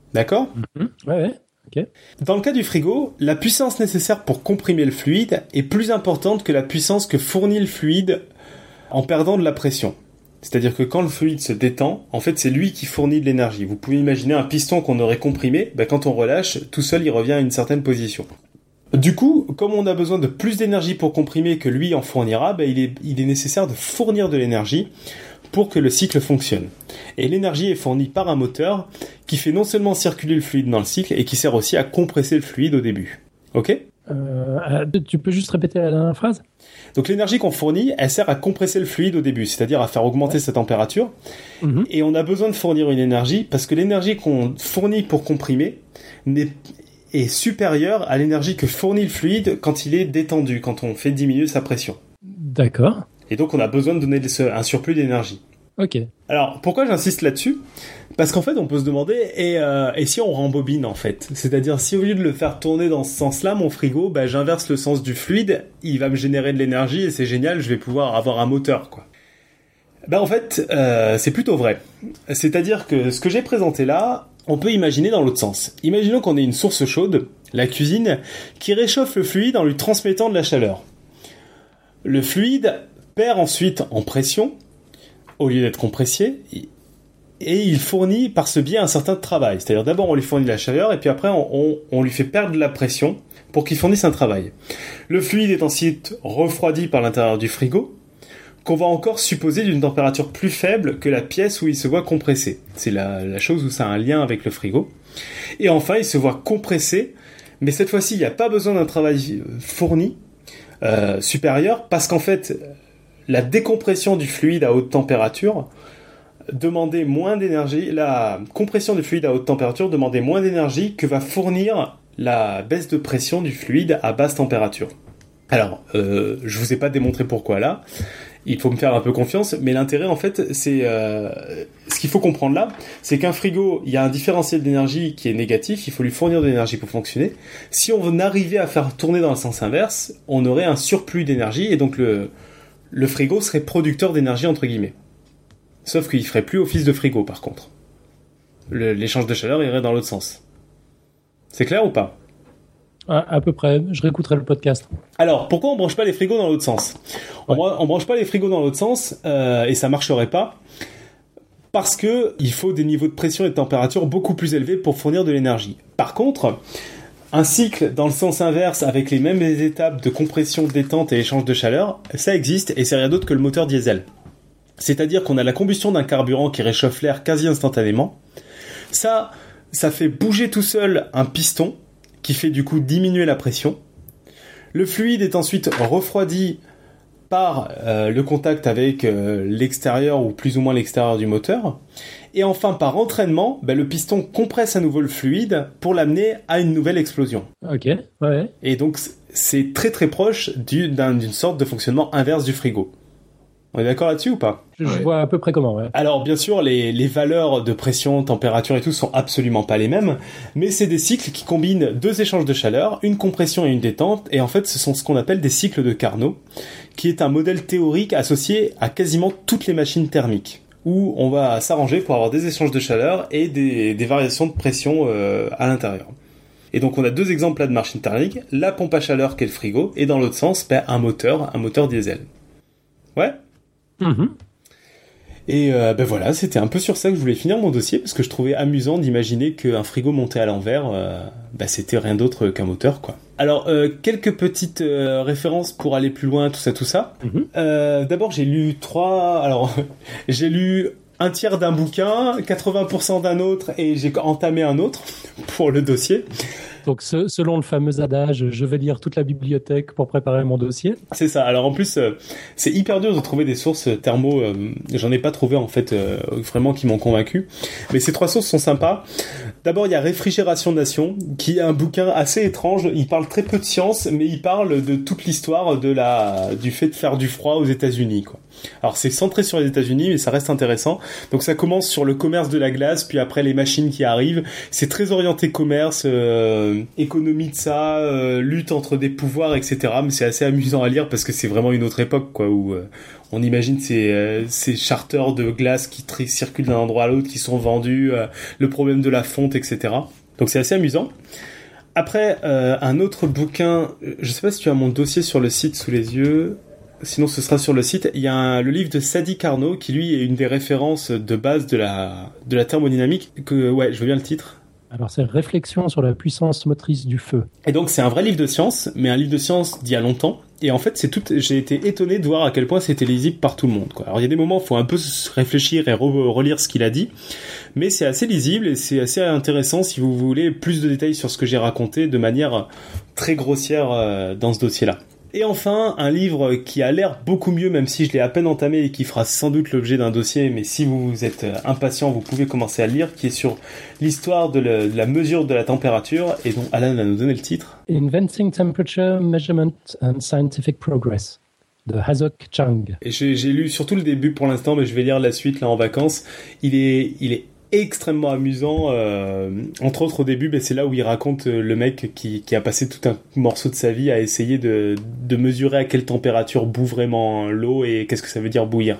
Ouais, ok. Dans le cas du frigo, la puissance nécessaire pour comprimer le fluide est plus importante que la puissance que fournit le fluide en perdant de la pression. C'est-à-dire que quand le fluide se détend, en fait, c'est lui qui fournit de l'énergie. Vous pouvez imaginer un piston qu'on aurait comprimé, quand on relâche, tout seul, il revient à une certaine position. Du coup, comme on a besoin de plus d'énergie pour comprimer que lui en fournira, il est nécessaire de fournir de l'énergie pour que le cycle fonctionne. Et l'énergie est fournie par un moteur qui fait non seulement circuler le fluide dans le cycle, et qui sert aussi à compresser le fluide au début. Ok ? Tu peux juste répéter la dernière phrase ? Donc l'énergie qu'on fournit, elle sert à compresser le fluide au début, c'est-à-dire à faire augmenter sa température. Et on a besoin de fournir une énergie, parce que l'énergie qu'on fournit pour comprimer est supérieure à l'énergie que fournit le fluide quand il est détendu, quand on fait diminuer sa pression. D'accord. Et donc on a besoin de donner un surplus d'énergie. Ok. Alors, pourquoi j'insiste là-dessus ? Parce qu'en fait, on peut se demander, et si on rembobine, en fait ? C'est-à-dire, si au lieu de le faire tourner dans ce sens-là, mon frigo, j'inverse le sens du fluide, il va me générer de l'énergie, et c'est génial, je vais pouvoir avoir un moteur, quoi. En fait, c'est plutôt vrai. C'est-à-dire que ce que j'ai présenté là, on peut imaginer dans l'autre sens. Imaginons qu'on ait une source chaude, la cuisine, qui réchauffe le fluide en lui transmettant de la chaleur. Le fluide perd ensuite en pression, au lieu d'être compressé, et il fournit par ce biais un certain travail. C'est-à-dire d'abord on lui fournit de la chaleur, et puis après on lui fait perdre de la pression pour qu'il fournisse un travail. Le fluide est ensuite refroidi par l'intérieur du frigo, qu'on va encore supposer d'une température plus faible que la pièce où il se voit compressé. C'est la chose où ça a un lien avec le frigo. Et enfin, il se voit compressé, mais cette fois-ci, il n'y a pas besoin d'un travail fourni supérieur, parce qu'en fait, la décompression du fluide à haute température demandait moins d'énergie. La compression du fluide à haute température demandait moins d'énergie que va fournir la baisse de pression du fluide à basse température. Alors, je vous ai pas démontré pourquoi là. Il faut me faire un peu confiance, mais l'intérêt en fait, c'est ce qu'il faut comprendre là, c'est qu'un frigo, il y a un différentiel d'énergie qui est négatif, il faut lui fournir de l'énergie pour fonctionner. Si on arrivait à faire tourner dans le sens inverse, on aurait un surplus d'énergie et donc le frigo serait producteur d'énergie entre guillemets. Sauf qu'il ferait plus office de frigo par contre. L'échange de chaleur irait dans l'autre sens. C'est clair ou pas ? À peu près, je réécouterai le podcast. Alors, pourquoi on branche pas les frigos dans l'autre sens ? On branche pas les frigos dans l'autre sens et ça marcherait pas parce que il faut des niveaux de pression et de température beaucoup plus élevés pour fournir de l'énergie. Par contre, un cycle dans le sens inverse avec les mêmes étapes de compression, détente et échange de chaleur, ça existe et c'est rien d'autre que le moteur diesel. C'est-à-dire qu'on a la combustion d'un carburant qui réchauffe l'air quasi instantanément. Ça fait bouger tout seul un piston qui fait du coup diminuer la pression. Le fluide est ensuite refroidi par le contact avec l'extérieur ou plus ou moins l'extérieur du moteur. Et enfin, par entraînement, le piston compresse à nouveau le fluide pour l'amener à une nouvelle explosion. Ok, ouais. Et donc, c'est très très proche d'une sorte de fonctionnement inverse du frigo. On est d'accord là-dessus ou pas ? Je vois à peu près comment, ouais. Alors, bien sûr, les valeurs de pression, température et tout sont absolument pas les mêmes, mais c'est des cycles qui combinent deux échanges de chaleur, une compression et une détente, et en fait, ce sont ce qu'on appelle des cycles de Carnot, qui est un modèle théorique associé à quasiment toutes les machines thermiques, où on va s'arranger pour avoir des échanges de chaleur et des variations de pression à l'intérieur. Et donc, on a deux exemples là de machines thermiques, la pompe à chaleur qui est le frigo, et dans l'autre sens, un moteur diesel. Ouais ? Mm-hmm. Et voilà, c'était un peu sur ça que je voulais finir mon dossier, parce que je trouvais amusant d'imaginer qu'un frigo monté à l'envers, c'était rien d'autre qu'un moteur, quoi. Alors, quelques petites références pour aller plus loin, tout ça. Mm-hmm. D'abord, j'ai lu j'ai lu un tiers d'un bouquin, 80% d'un autre, et j'ai entamé un autre pour le dossier. Donc, selon le fameux adage, je vais lire toute la bibliothèque pour préparer mon dossier. C'est ça. Alors en plus, c'est hyper dur de trouver des sources thermo. J'en ai pas trouvé en fait vraiment qui m'ont convaincu. Mais ces trois sources sont sympas. D'abord, il y a Réfrigération Nation, qui est un bouquin assez étrange. Il parle très peu de science, mais il parle de toute l'histoire du fait de faire du froid aux États-Unis, quoi. Alors c'est centré sur les États-Unis, mais ça reste intéressant. Donc ça commence sur le commerce de la glace, puis après les machines qui arrivent. C'est très orienté commerce, économie de ça, lutte entre des pouvoirs, etc. Mais c'est assez amusant à lire parce que c'est vraiment une autre époque, quoi, où on imagine ces charters de glace qui circulent d'un endroit à l'autre, qui sont vendus, le problème de la fonte, etc. Donc c'est assez amusant. Après, un autre bouquin, je sais pas si tu as mon dossier sur le site sous les yeux. Sinon, ce sera sur le site. Il y a le livre de Sadi Carnot, qui lui est une des références de base de la thermodynamique. Je veux bien le titre. Alors, c'est Réflexion sur la puissance motrice du feu. Et donc, c'est un vrai livre de science, mais un livre de science d'il y a longtemps. Et en fait, j'ai été étonné de voir à quel point c'était lisible par tout le monde, quoi. Alors, il y a des moments où il faut un peu réfléchir et relire ce qu'il a dit. Mais c'est assez lisible et c'est assez intéressant si vous voulez plus de détails sur ce que j'ai raconté de manière très grossière dans ce dossier-là. Et enfin, un livre qui a l'air beaucoup mieux, même si je l'ai à peine entamé et qui fera sans doute l'objet d'un dossier, mais si vous êtes impatient, vous pouvez commencer à le lire, qui est sur l'histoire de la mesure de la température, et dont Alan va nous donner le titre. Inventing Temperature, Measurement and Scientific Progress, de Hazok Chang. Et j'ai lu surtout le début pour l'instant, mais je vais lire la suite là en vacances. Il est extrêmement amusant, entre autres au début, c'est là où il raconte le mec qui a passé tout un morceau de sa vie à essayer de mesurer à quelle température bout vraiment l'eau et qu'est-ce que ça veut dire bouillir.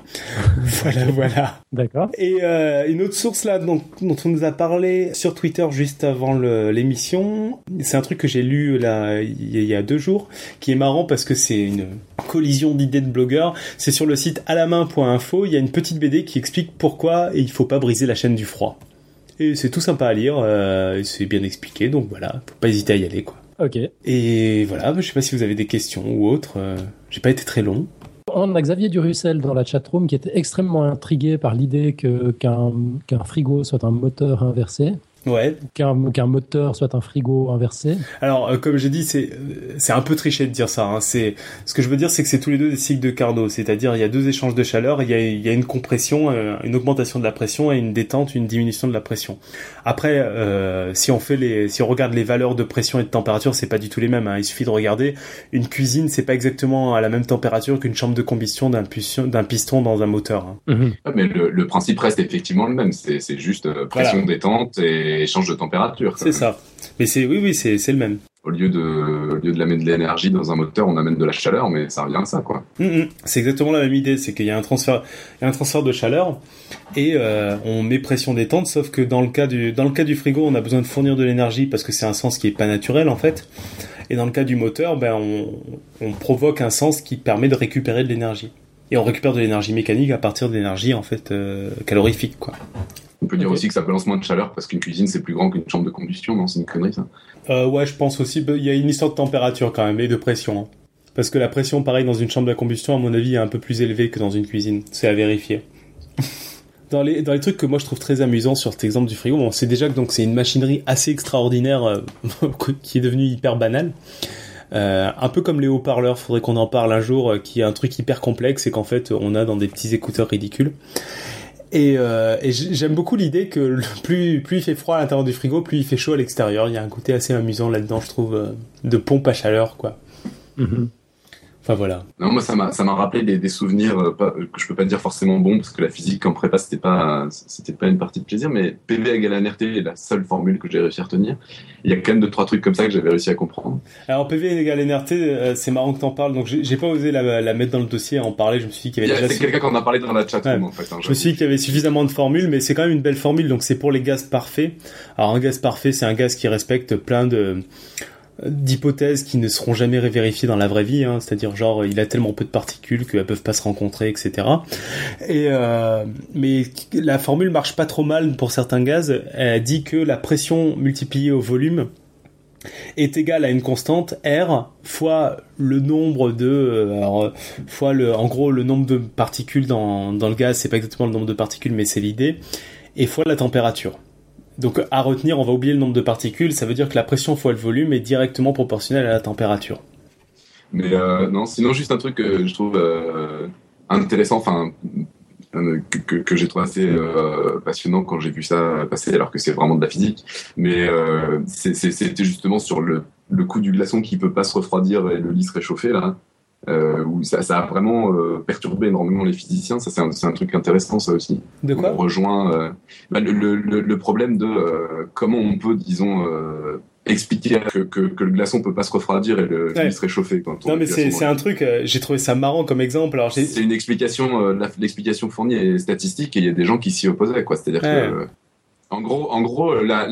Voilà. D'accord. Et une autre source là dont on nous a parlé sur Twitter juste avant l'émission, c'est un truc que j'ai lu là il y a 2 jours, qui est marrant parce que c'est une collision d'idées de blogueurs. C'est sur le site alamain.info, il y a une petite BD qui explique pourquoi il faut pas briser la chaîne du froid. Et c'est tout sympa à lire, c'est bien expliqué, donc voilà, faut pas hésiter à y aller, quoi. Ok. Et voilà, je sais pas si vous avez des questions ou autres, j'ai pas été très long. On a Xavier Durussel dans la chatroom qui était extrêmement intrigué par l'idée qu'un frigo soit un moteur inversé. Ouais. Qu'un moteur soit un frigo inversé. Alors, comme j'ai dit, c'est un peu triché de dire ça. Hein. Ce que je veux dire, c'est que c'est tous les deux des cycles de Carnot. C'est-à-dire, il y a deux échanges de chaleur, il y a une compression, une augmentation de la pression et une détente, une diminution de la pression. Après, si on regarde les valeurs de pression et de température, c'est pas du tout les mêmes. Hein. Il suffit de regarder. Une cuisine, c'est pas exactement à la même température qu'une chambre de combustion d'un piston dans un moteur. Hein. Mm-hmm. Mais le principe reste effectivement le même. C'est juste pression, détente et échange de température. C'est ça. Mais c'est le même. Au lieu de l'amener de l'énergie dans un moteur, on amène de la chaleur, mais ça revient à ça, quoi. C'est exactement la même idée, c'est qu'il y a un transfert de chaleur et on met pression détente, sauf que dans le cas du frigo, on a besoin de fournir de l'énergie parce que c'est un sens qui est pas naturel en fait. Et dans le cas du moteur, on provoque un sens qui permet de récupérer de l'énergie. Et on récupère de l'énergie mécanique à partir de l'énergie en fait calorifique, quoi. On peut dire aussi que ça balance moins de chaleur parce qu'une cuisine c'est plus grand qu'une chambre de combustion, non? C'est une connerie ça. Ouais, je pense aussi. Il y a une histoire de température quand même et de pression. Hein. Parce que la pression, pareil, dans une chambre de combustion, à mon avis, est un peu plus élevée que dans une cuisine. C'est à vérifier. Dans les trucs que moi je trouve très amusants sur cet exemple du frigo, c'est déjà que donc c'est une machinerie assez extraordinaire qui est devenue hyper banale. Un peu comme les haut-parleurs, faudrait qu'on en parle un jour, qui est un truc hyper complexe et qu'en fait on a dans des petits écouteurs ridicules. Et j'aime beaucoup l'idée que plus il fait froid à l'intérieur du frigo, plus il fait chaud à l'extérieur. Il y a un côté assez amusant là-dedans, je trouve, de pompe à chaleur, quoi. Mm-hmm. Enfin voilà. Non, moi ça m'a rappelé des souvenirs que je peux pas dire forcément bons parce que la physique en prépa c'était pas une partie de plaisir, mais PV égale NRT est la seule formule que j'ai réussi à retenir. Il y a quand même 2-3 trucs comme ça que j'avais réussi à comprendre. Alors PV égale NRT, c'est marrant que t'en parles, donc j'ai pas osé la mettre dans le dossier, en parler. Je me suis dit qu'il y avait c'est quelqu'un qui en a parlé dans la chatroom en fait. Je me suis dit qu'il y avait suffisamment de formules, mais c'est quand même une belle formule. Donc c'est pour les gaz parfaits. Alors un gaz parfait, c'est un gaz qui respecte plein d'hypothèses qui ne seront jamais vérifiées dans la vraie vie, hein, c'est-à-dire genre il a tellement peu de particules qu'elles peuvent pas se rencontrer, etc. Mais la formule marche pas trop mal pour certains gaz. Elle dit que la pression multipliée au volume est égale à une constante R fois le nombre en gros le nombre de particules dans le gaz. C'est pas exactement le nombre de particules, mais c'est l'idée, et fois la température. Donc à retenir, on va oublier le nombre de particules, ça veut dire que la pression fois le volume est directement proportionnelle à la température. Mais non, sinon juste un truc que je trouve intéressant, enfin que j'ai trouvé assez passionnant quand j'ai vu ça passer, alors que c'est vraiment de la physique, mais c'était justement sur le coup du glaçon qui peut pas se refroidir et le lit se réchauffer là. Où ça a vraiment perturbé énormément les physiciens. Ça, c'est un truc intéressant, ça aussi. De quoi ? On rejoint le problème de comment on peut, disons, expliquer que le glaçon peut pas se refroidir et le lit se réchauffer. Non, mais c'est un truc, j'ai trouvé ça marrant comme exemple. Alors, c'est une explication, l'explication fournie est statistique et il y a des gens qui s'y opposaient, quoi. C'est-à-dire que... En gros,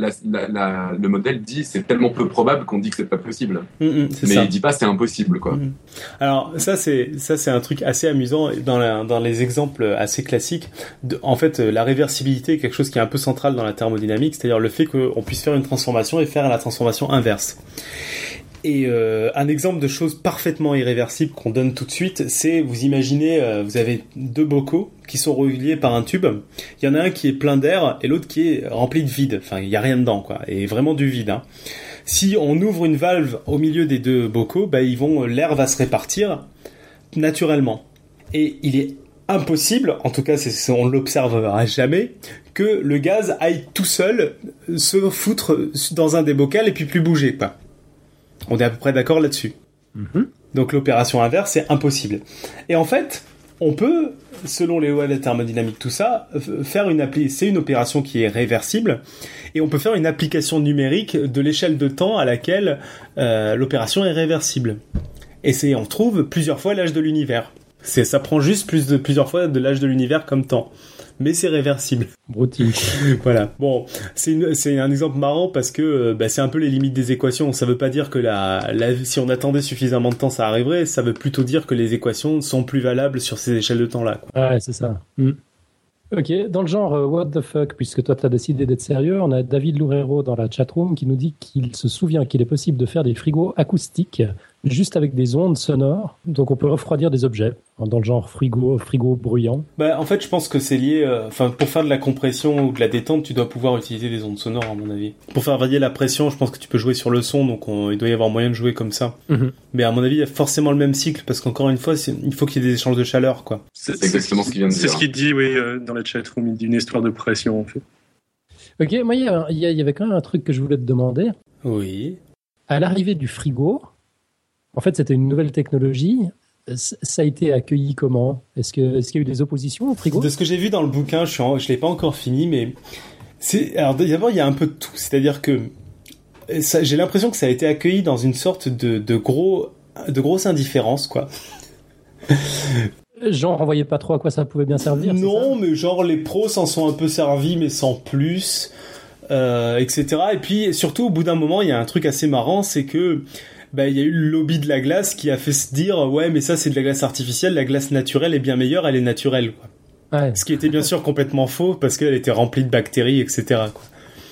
le modèle dit c'est tellement peu probable qu'on dit que c'est pas possible. Mais il dit pas c'est impossible, quoi. Alors ça c'est un truc assez amusant dans les exemples assez classiques. En fait, la réversibilité est quelque chose qui est un peu central dans la thermodynamique, c'est-à-dire le fait qu'on puisse faire une transformation et faire la transformation inverse. Et un exemple de chose parfaitement irréversible qu'on donne tout de suite, c'est, vous imaginez, vous avez deux bocaux qui sont reliés par un tube. Il y en a un qui est plein d'air et l'autre qui est rempli de vide. Enfin, il y a rien dedans, quoi. Et vraiment du vide, hein. Si on ouvre une valve au milieu des deux bocaux, l'air va se répartir naturellement. Et il est impossible, en tout cas on ne l'observera jamais, que le gaz aille tout seul se foutre dans un des bocaux et puis plus bouger, quoi. On est à peu près d'accord là-dessus. Mm-hmm. Donc l'opération inverse, c'est impossible. Et en fait, on peut, selon les lois de la thermodynamique, tout ça, c'est une opération qui est réversible, et on peut faire une application numérique de l'échelle de temps à laquelle l'opération est réversible. Et on trouve plusieurs fois l'âge de l'univers. Ça prend juste plusieurs fois de l'âge de l'univers comme temps. Mais c'est réversible. Broutilles. Voilà. Bon, c'est un exemple marrant parce que c'est un peu les limites des équations. Ça veut pas dire que si on attendait suffisamment de temps, ça arriverait. Ça veut plutôt dire que les équations sont plus valables sur ces échelles de temps-là, quoi. Ouais, c'est ça. Ok, dans le genre what the fuck, puisque toi t'as décidé d'être sérieux, on a David Loureiro dans la chatroom qui nous dit qu'il se souvient qu'il est possible de faire des frigos acoustiques juste avec des ondes sonores. Donc on peut refroidir des objets, dans le genre frigo bruyant. En fait, je pense que c'est lié... pour faire de la compression ou de la détente, tu dois pouvoir utiliser des ondes sonores, à mon avis. Pour faire varier la pression, je pense que tu peux jouer sur le son, donc il doit y avoir moyen de jouer comme ça. Mm-hmm. Mais à mon avis, il y a forcément le même cycle, parce qu'encore une fois, il faut qu'il y ait des échanges de chaleur, quoi. C'est exactement ce qu'il vient de dire. C'est ce qu'il dit, oui, dans la chatroom, il dit une histoire de pression, en fait. Ok, moi, il y avait quand même un truc que je voulais te demander. Oui. À l'arrivée du frigo, en fait, c'était une nouvelle technologie. Ça a été accueilli comment ? Est-ce qu'il y a eu des oppositions au frigo ? De ce que j'ai vu dans le bouquin, je l'ai pas encore fini, mais alors d'abord il y a un peu de tout. C'est-à-dire que j'ai l'impression que ça a été accueilli dans une sorte de grosse indifférence, quoi. Genre, on voyait pas trop à quoi ça pouvait bien servir. Non, mais genre les pros s'en sont un peu servis, mais sans plus, etc. Et puis surtout, au bout d'un moment, il y a un truc assez marrant, c'est que il y a eu le lobby de la glace qui a fait se dire ouais, mais ça c'est de la glace artificielle, la glace naturelle est bien meilleure, elle est naturelle, quoi. Ouais. Ce qui était bien sûr complètement faux parce qu'elle était remplie de bactéries, etc., quoi.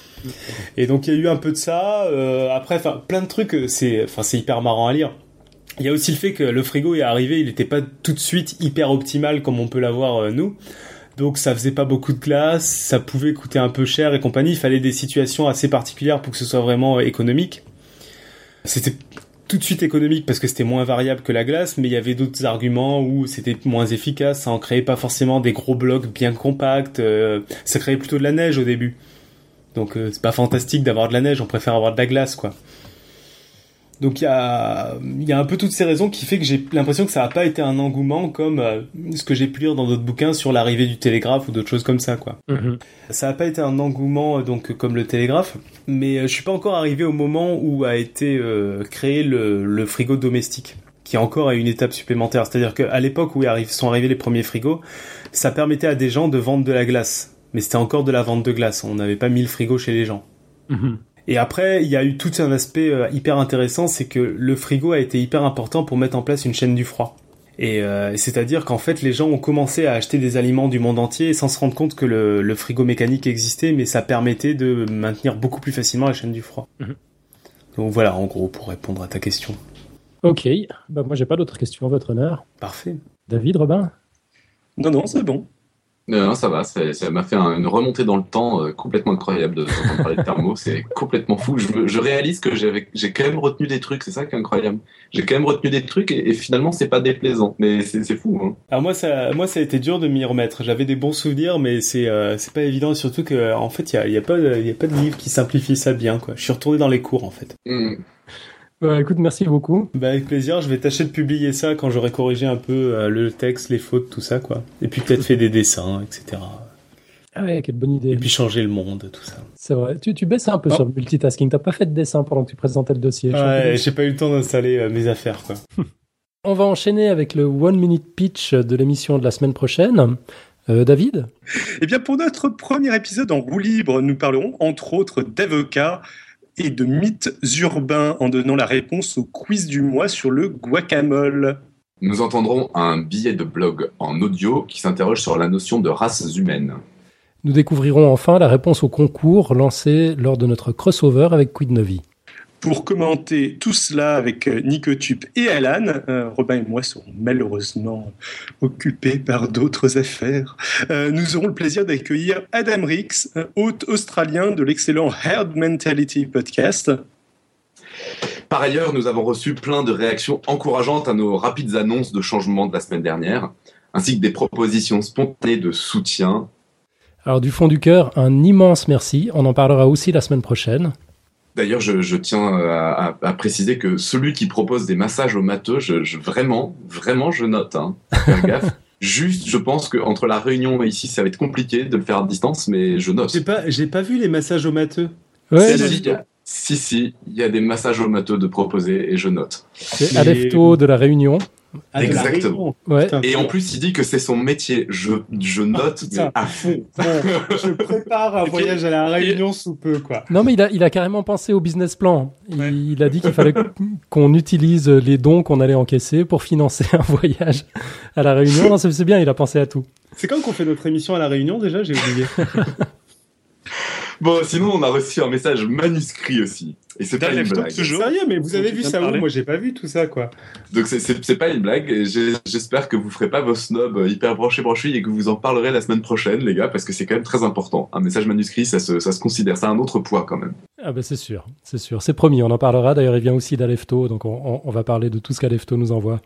Et donc il y a eu un peu de ça. Après, plein de trucs. C'est hyper marrant à lire. Il y a aussi le fait que le frigo est arrivé, il n'était pas tout de suite hyper optimal comme on peut l'avoir nous. Donc ça faisait pas beaucoup de glace, ça pouvait coûter un peu cher et compagnie. Il fallait des situations assez particulières pour que ce soit vraiment économique. C'était tout de suite économique parce que c'était moins variable que la glace, mais il y avait d'autres arguments où c'était moins efficace, ça en créait pas forcément des gros blocs bien compacts, ça créait plutôt de la neige au début. Donc c'est pas fantastique d'avoir de la neige, on préfère avoir de la glace, quoi. Donc il y a un peu toutes ces raisons qui fait que j'ai l'impression que ça a pas été un engouement comme ce que j'ai pu lire dans d'autres bouquins sur l'arrivée du télégraphe ou d'autres choses comme ça, quoi. Mm-hmm. Ça a pas été un engouement donc comme le télégraphe, mais je suis pas encore arrivé au moment où a été créé le frigo domestique, qui encore a une étape supplémentaire. C'est-à-dire qu'à l'époque où sont arrivés les premiers frigos, ça permettait à des gens de vendre de la glace, mais c'était encore de la vente de glace. On n'avait pas mis le frigo chez les gens. Mm-hmm. Et après, il y a eu tout un aspect hyper intéressant, c'est que le frigo a été hyper important pour mettre en place une chaîne du froid. Et c'est-à-dire qu'en fait, les gens ont commencé à acheter des aliments du monde entier sans se rendre compte que le frigo mécanique existait, mais ça permettait de maintenir beaucoup plus facilement la chaîne du froid. Mmh. Donc voilà, en gros, pour répondre à ta question. Ok, moi j'ai pas d'autres questions, votre honneur. Parfait. David, Robin ? Non, c'est bon. Non, ça va, ça m'a fait une remontée dans le temps complètement incroyable de t'entendre parler de thermo, c'est complètement fou. Je réalise que j'ai quand même retenu des trucs, c'est ça qui est incroyable. J'ai quand même retenu des trucs et finalement c'est pas déplaisant, mais c'est fou. Hein. Alors moi ça a été dur de m'y remettre. J'avais des bons souvenirs, mais c'est pas évident, surtout que en fait il y a pas de livre qui simplifie ça bien, quoi. Je suis retourné dans les cours en fait. Écoute, merci beaucoup. Avec plaisir, je vais tâcher de publier ça quand j'aurai corrigé un peu le texte, les fautes, tout ça, quoi. Et puis peut-être fait des dessins, etc. Ah ouais, quelle bonne idée. Et puis changer le monde, tout ça. C'est vrai. Tu baisses un peu sur le multitasking. T'as pas fait de dessin pendant que tu présentais le dossier. Ouais, j'ai pas eu le temps d'installer mes affaires, quoi. On va enchaîner avec le One Minute Pitch de l'émission de la semaine prochaine. David ? Eh bien, pour notre premier épisode en roue libre, nous parlerons entre autres d'avocats et de mythes urbains en donnant la réponse au quiz du mois sur le guacamole. Nous entendrons un billet de blog en audio qui s'interroge sur la notion de races humaines. Nous découvrirons enfin la réponse au concours lancé lors de notre crossover avec Quidnovi. Pour commenter tout cela avec Nicotube et Alan, Robin et moi serons malheureusement occupés par d'autres affaires. Nous aurons le plaisir d'accueillir Adam Rix, hôte australien de l'excellent Herd Mentality podcast. Par ailleurs, nous avons reçu plein de réactions encourageantes à nos rapides annonces de changement de la semaine dernière, ainsi que des propositions spontanées de soutien. Alors du fond du cœur, un immense merci. On en parlera aussi la semaine prochaine. D'ailleurs, je tiens à préciser que celui qui propose des massages aux matheux, vraiment, je note. Hein. Faire gaffe. Juste, je pense qu'entre la Réunion et ici, ça va être compliqué de le faire à distance, mais je note. J'ai pas vu les massages aux matheux. Ouais, si, il y a des massages aux matheux de proposer et je note. C'est Alefto de la Réunion. Exactement. Ouais. Et en plus, il dit que c'est son métier. Je note à fond. Je prépare un voyage à la Réunion sous peu, quoi. Non, mais il a carrément pensé au business plan. Il a dit qu'il fallait qu'on utilise les dons qu'on allait encaisser pour financer un voyage à la Réunion. Non, c'est bien, il a pensé à tout. C'est quand qu'on fait notre émission à la Réunion, déjà? J'ai oublié. Bon, sinon, on a reçu un message manuscrit aussi. Et c'est pas une blague. Sérieux, mais vous avez vu ça où? Moi, j'ai pas vu tout ça, quoi. Donc, c'est pas une blague. Et j'espère que vous ferez pas vos snobs hyper branchés et que vous en parlerez la semaine prochaine, les gars, parce que c'est quand même très important. Un message manuscrit, ça se considère. Ça a un autre poids, quand même. Ah bah c'est sûr. C'est promis, on en parlera. D'ailleurs, il vient aussi d'Alefto, donc on va parler de tout ce qu'Alefto nous envoie.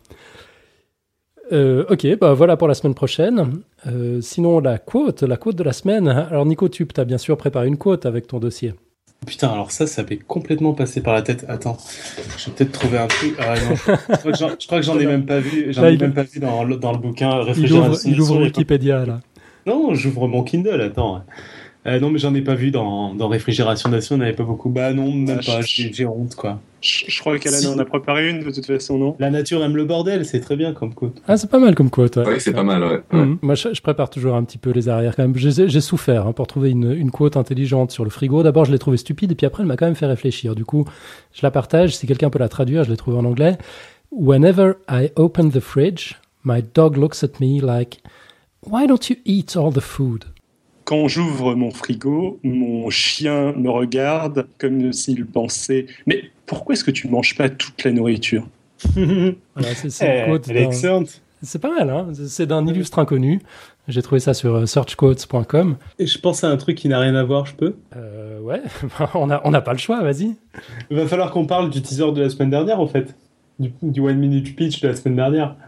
Ok, bah voilà pour la semaine prochaine. Sinon, la quote de la semaine. Alors, Nico, tu as bien sûr préparé une quote avec ton dossier. Putain, alors ça m'est complètement passé par la tête. Attends, je vais peut-être trouver un truc. Ah non, je crois que j'en ai même pas vu. Même pas vu dans le bouquin Réfrigération. Il ouvre Wikipédia, là. Non, j'ouvre mon Kindle, attends. Non, mais j'en ai pas vu dans Réfrigération Nation, on n'avait pas beaucoup. Bah non, même pas, j'ai honte, quoi. Je crois qu'Alan en a préparé une, de toute façon, non? La nature aime le bordel, c'est très bien comme quote. Ah, c'est pas mal comme quote. Ouais, c'est pas mal, ouais. Moi, je prépare toujours un petit peu les arrières, quand même. J'ai souffert pour trouver une quote intelligente sur le frigo. D'abord, je l'ai trouvée stupide, et puis après, elle m'a quand même fait réfléchir. Du coup, je la partage. Si quelqu'un peut la traduire, je l'ai trouvée en anglais. Whenever I open the fridge, my dog looks at me like, why don't you eat all the food? Quand j'ouvre mon frigo, mon chien me regarde comme s'il pensait « Mais pourquoi est-ce que tu ne manges pas toute la nourriture ?» Voilà, c'est une quote. Elle est excellente. C'est pas mal, hein. C'est d'un illustre inconnu. J'ai trouvé ça sur searchquotes.com. Et je pense à un truc qui n'a rien à voir, je peux? Ouais, on n'a pas le choix, vas-y. Il va falloir qu'on parle du teaser de la semaine dernière, en fait. Du One Minute Pitch de la semaine dernière.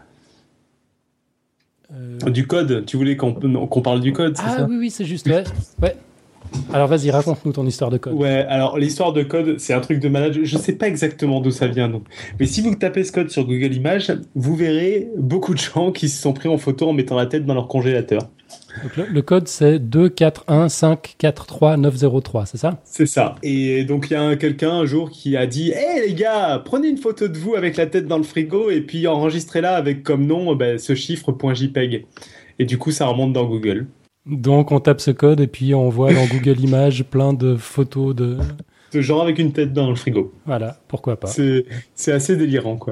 Du code, tu voulais qu'on parle du code, c'est ça? Ah oui, c'est juste, ouais. Alors vas-y, raconte-nous ton histoire de code. Ouais, alors l'histoire de code, c'est un truc de malade. Je sais pas exactement d'où ça vient, donc. Mais si vous tapez ce code sur Google Images, vous verrez beaucoup de gens qui se sont pris en photo en mettant la tête dans leur congélateur. Donc le code, c'est 241543903, c'est ça? C'est ça. Et donc il y a quelqu'un un jour qui a dit « Hey les gars, prenez une photo de vous avec la tête dans le frigo et puis enregistrez-la avec comme nom ce chiffre .jpeg. » Et du coup, ça remonte dans Google. Donc on tape ce code et puis on voit dans Google Images plein de photos de gens avec une tête dans le frigo. Voilà, pourquoi pas. C'est assez délirant, quoi.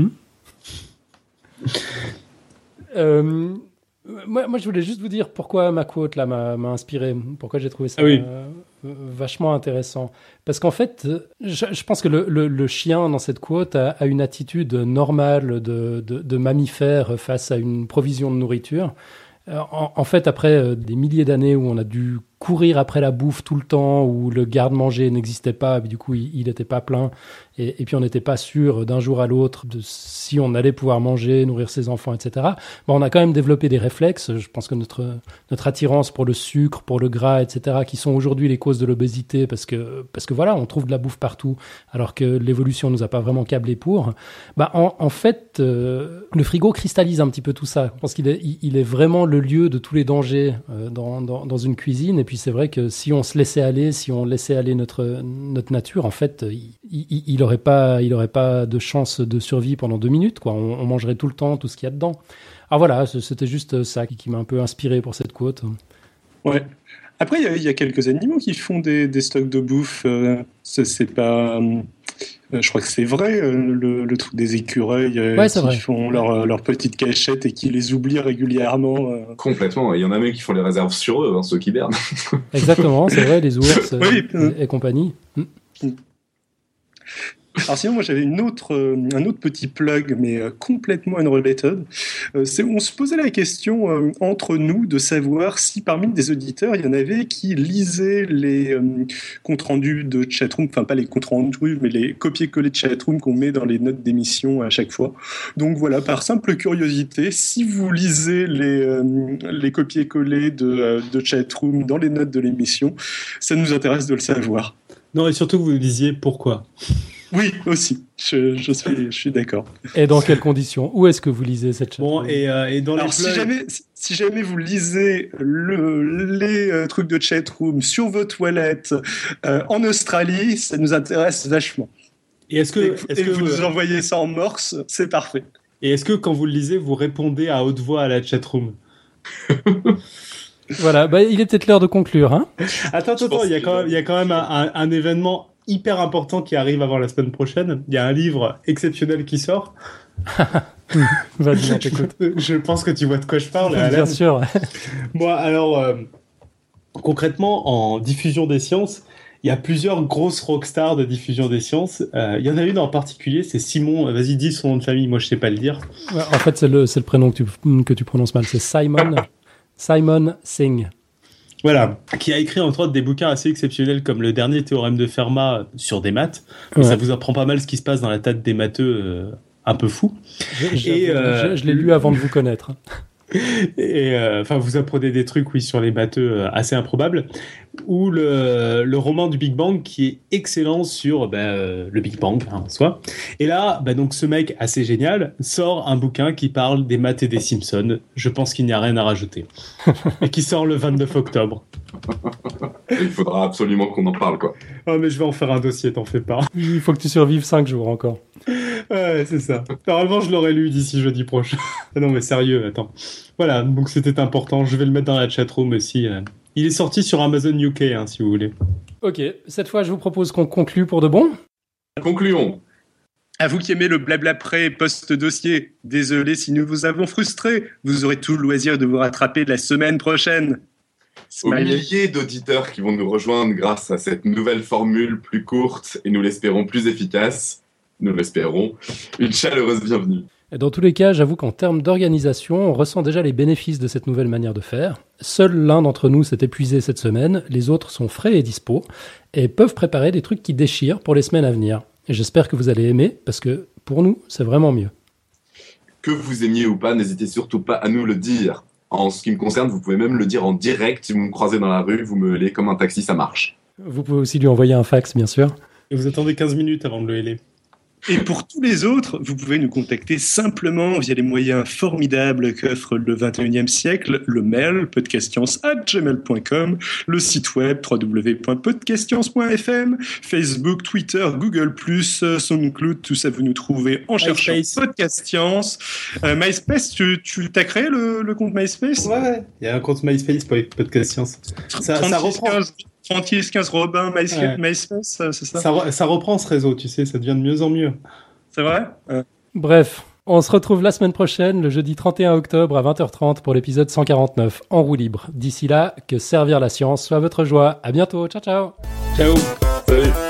Moi, je voulais juste vous dire pourquoi ma quote là m'a inspiré, pourquoi j'ai trouvé ça vachement intéressant. Parce qu'en fait, je pense que le chien dans cette quote a une attitude normale de mammifère face à une provision de nourriture. En fait, après des milliers d'années où on a dû courir après la bouffe tout le temps, où le garde-manger n'existait pas, et du coup il n'était pas plein, et puis on n'était pas sûr d'un jour à l'autre de si on allait pouvoir manger, nourrir ses enfants, etc. Bon, on a quand même développé des réflexes. Je pense que notre attirance pour le sucre, pour le gras, etc., qui sont aujourd'hui les causes de l'obésité, parce que voilà, on trouve de la bouffe partout, alors que l'évolution nous a pas vraiment câblé pour. En fait, le frigo cristallise un petit peu tout ça. Je pense qu'il est vraiment le lieu de tous les dangers dans une cuisine. Et puis c'est vrai que si on se laissait aller, si on laissait aller notre nature, en fait, il aurait pas de chance de survie pendant 2 minutes, quoi. On mangerait tout le temps tout ce qu'il y a dedans. Alors voilà, c'était juste ça qui m'a un peu inspiré pour cette quote. Ouais. Après, il y a quelques animaux qui font des stocks de bouffe. C'est pas. Je crois que c'est vrai, le truc des écureuils qui font leur petite cachette et qui les oublient régulièrement. Complètement. Il y en a même qui font les réserves sur eux, ceux qui hibernent. Exactement, c'est vrai, les ours et compagnie. Alors sinon, moi j'avais un autre petit plug, mais complètement unrelated. On se posait la question entre nous de savoir si parmi des auditeurs, il y en avait qui lisaient les comptes rendus de chatroom, enfin pas les comptes rendus, mais les copier-coller de chatroom qu'on met dans les notes d'émission à chaque fois. Donc voilà, par simple curiosité, si vous lisez les copier-coller de chatroom dans les notes de l'émission, ça nous intéresse de le savoir. Non, et surtout vous disiez pourquoi. Oui, aussi. Je suis d'accord. Et dans quelles conditions? Où est-ce que vous lisez cette chatroom? Bon, et dans Alors, si jamais vous lisez les trucs de chatroom sur vos toilettes en Australie, ça nous intéresse vachement. Et est-ce que vous nous envoyez ça en morse, c'est parfait. Et est-ce que quand vous le lisez, vous répondez à haute voix à la chatroom? Voilà, il est peut-être l'heure de conclure, hein. Attends, il y a quand même un événement hyper important qui arrive avant la semaine prochaine. Il y a un livre exceptionnel qui sort. Vas-y, on t'écoute. Je pense que tu vois de quoi je parle. Bien sûr. Moi, alors, concrètement, en diffusion des sciences, il y a plusieurs grosses rockstars de diffusion des sciences. Il y en a une en particulier, c'est Simon. Vas-y, dis son nom de famille, moi je sais pas le dire. Ouais, en fait, c'est le prénom que tu prononces mal. C'est Simon Singh. Voilà, qui a écrit entre autres des bouquins assez exceptionnels comme le dernier théorème de Fermat sur des maths. Ouais. Ça vous apprend pas mal ce qui se passe dans la tête des matheux un peu fous. Je l'ai lu avant de vous connaître. Et vous apprenez des trucs, oui, sur les matheux assez improbables. Ou le roman du Big Bang qui est excellent sur le Big Bang en soi. Et là, donc ce mec assez génial sort un bouquin qui parle des maths et des Simpsons. Je pense qu'il n'y a rien à rajouter. Et qui sort le 29 octobre. Il faudra absolument qu'on en parle, quoi. Oh, mais je vais en faire un dossier, t'en fais pas. Il faut que tu survives 5 jours encore. Ouais, c'est ça. Normalement, je l'aurais lu d'ici jeudi prochain. Non, mais sérieux, attends. Voilà, donc c'était important. Je vais le mettre dans la chatroom aussi. Il est sorti sur Amazon UK, si vous voulez. Ok, cette fois, je vous propose qu'on conclue pour de bon. Concluons. À vous qui aimez le blabla prêt post-dossier, désolé si nous vous avons frustré. Vous aurez tout le loisir de vous rattraper la semaine prochaine. Aux milliers d'auditeurs qui vont nous rejoindre grâce à cette nouvelle formule plus courte et nous l'espérons plus efficace, nous l'espérons, une chaleureuse bienvenue. Et dans tous les cas, j'avoue qu'en termes d'organisation, on ressent déjà les bénéfices de cette nouvelle manière de faire. Seul l'un d'entre nous s'est épuisé cette semaine, les autres sont frais et dispo, et peuvent préparer des trucs qui déchirent pour les semaines à venir. Et j'espère que vous allez aimer, parce que pour nous, c'est vraiment mieux. Que vous aimiez ou pas, n'hésitez surtout pas à nous le dire. En ce qui me concerne, vous pouvez même le dire en direct. Si vous me croisez dans la rue, vous me hélez comme un taxi, ça marche. Vous pouvez aussi lui envoyer un fax, bien sûr. Et vous attendez 15 minutes avant de le héler. Et pour tous les autres, vous pouvez nous contacter simplement via les moyens formidables qu'offre le 21e siècle, le mail podcastscience@gmail.com, le site web www.podcastscience.fm, Facebook, Twitter, Google+, SoundCloud, tout ça vous nous trouvez en cherchant Podcast Science. MySpace, tu t'as créé le compte MySpace ? Ouais, il y a un compte MySpace pour Podcast Science. Ça reprend. 3615 Robin, MySpace, c'est ça ? Ça reprend ce réseau, tu sais, ça devient de mieux en mieux. C'est vrai ? Bref, on se retrouve la semaine prochaine, le jeudi 31 octobre à 20h30 pour l'épisode 149, en roue libre. D'ici là, que servir la science soit votre joie. À bientôt, ciao ciao. Ciao. Salut.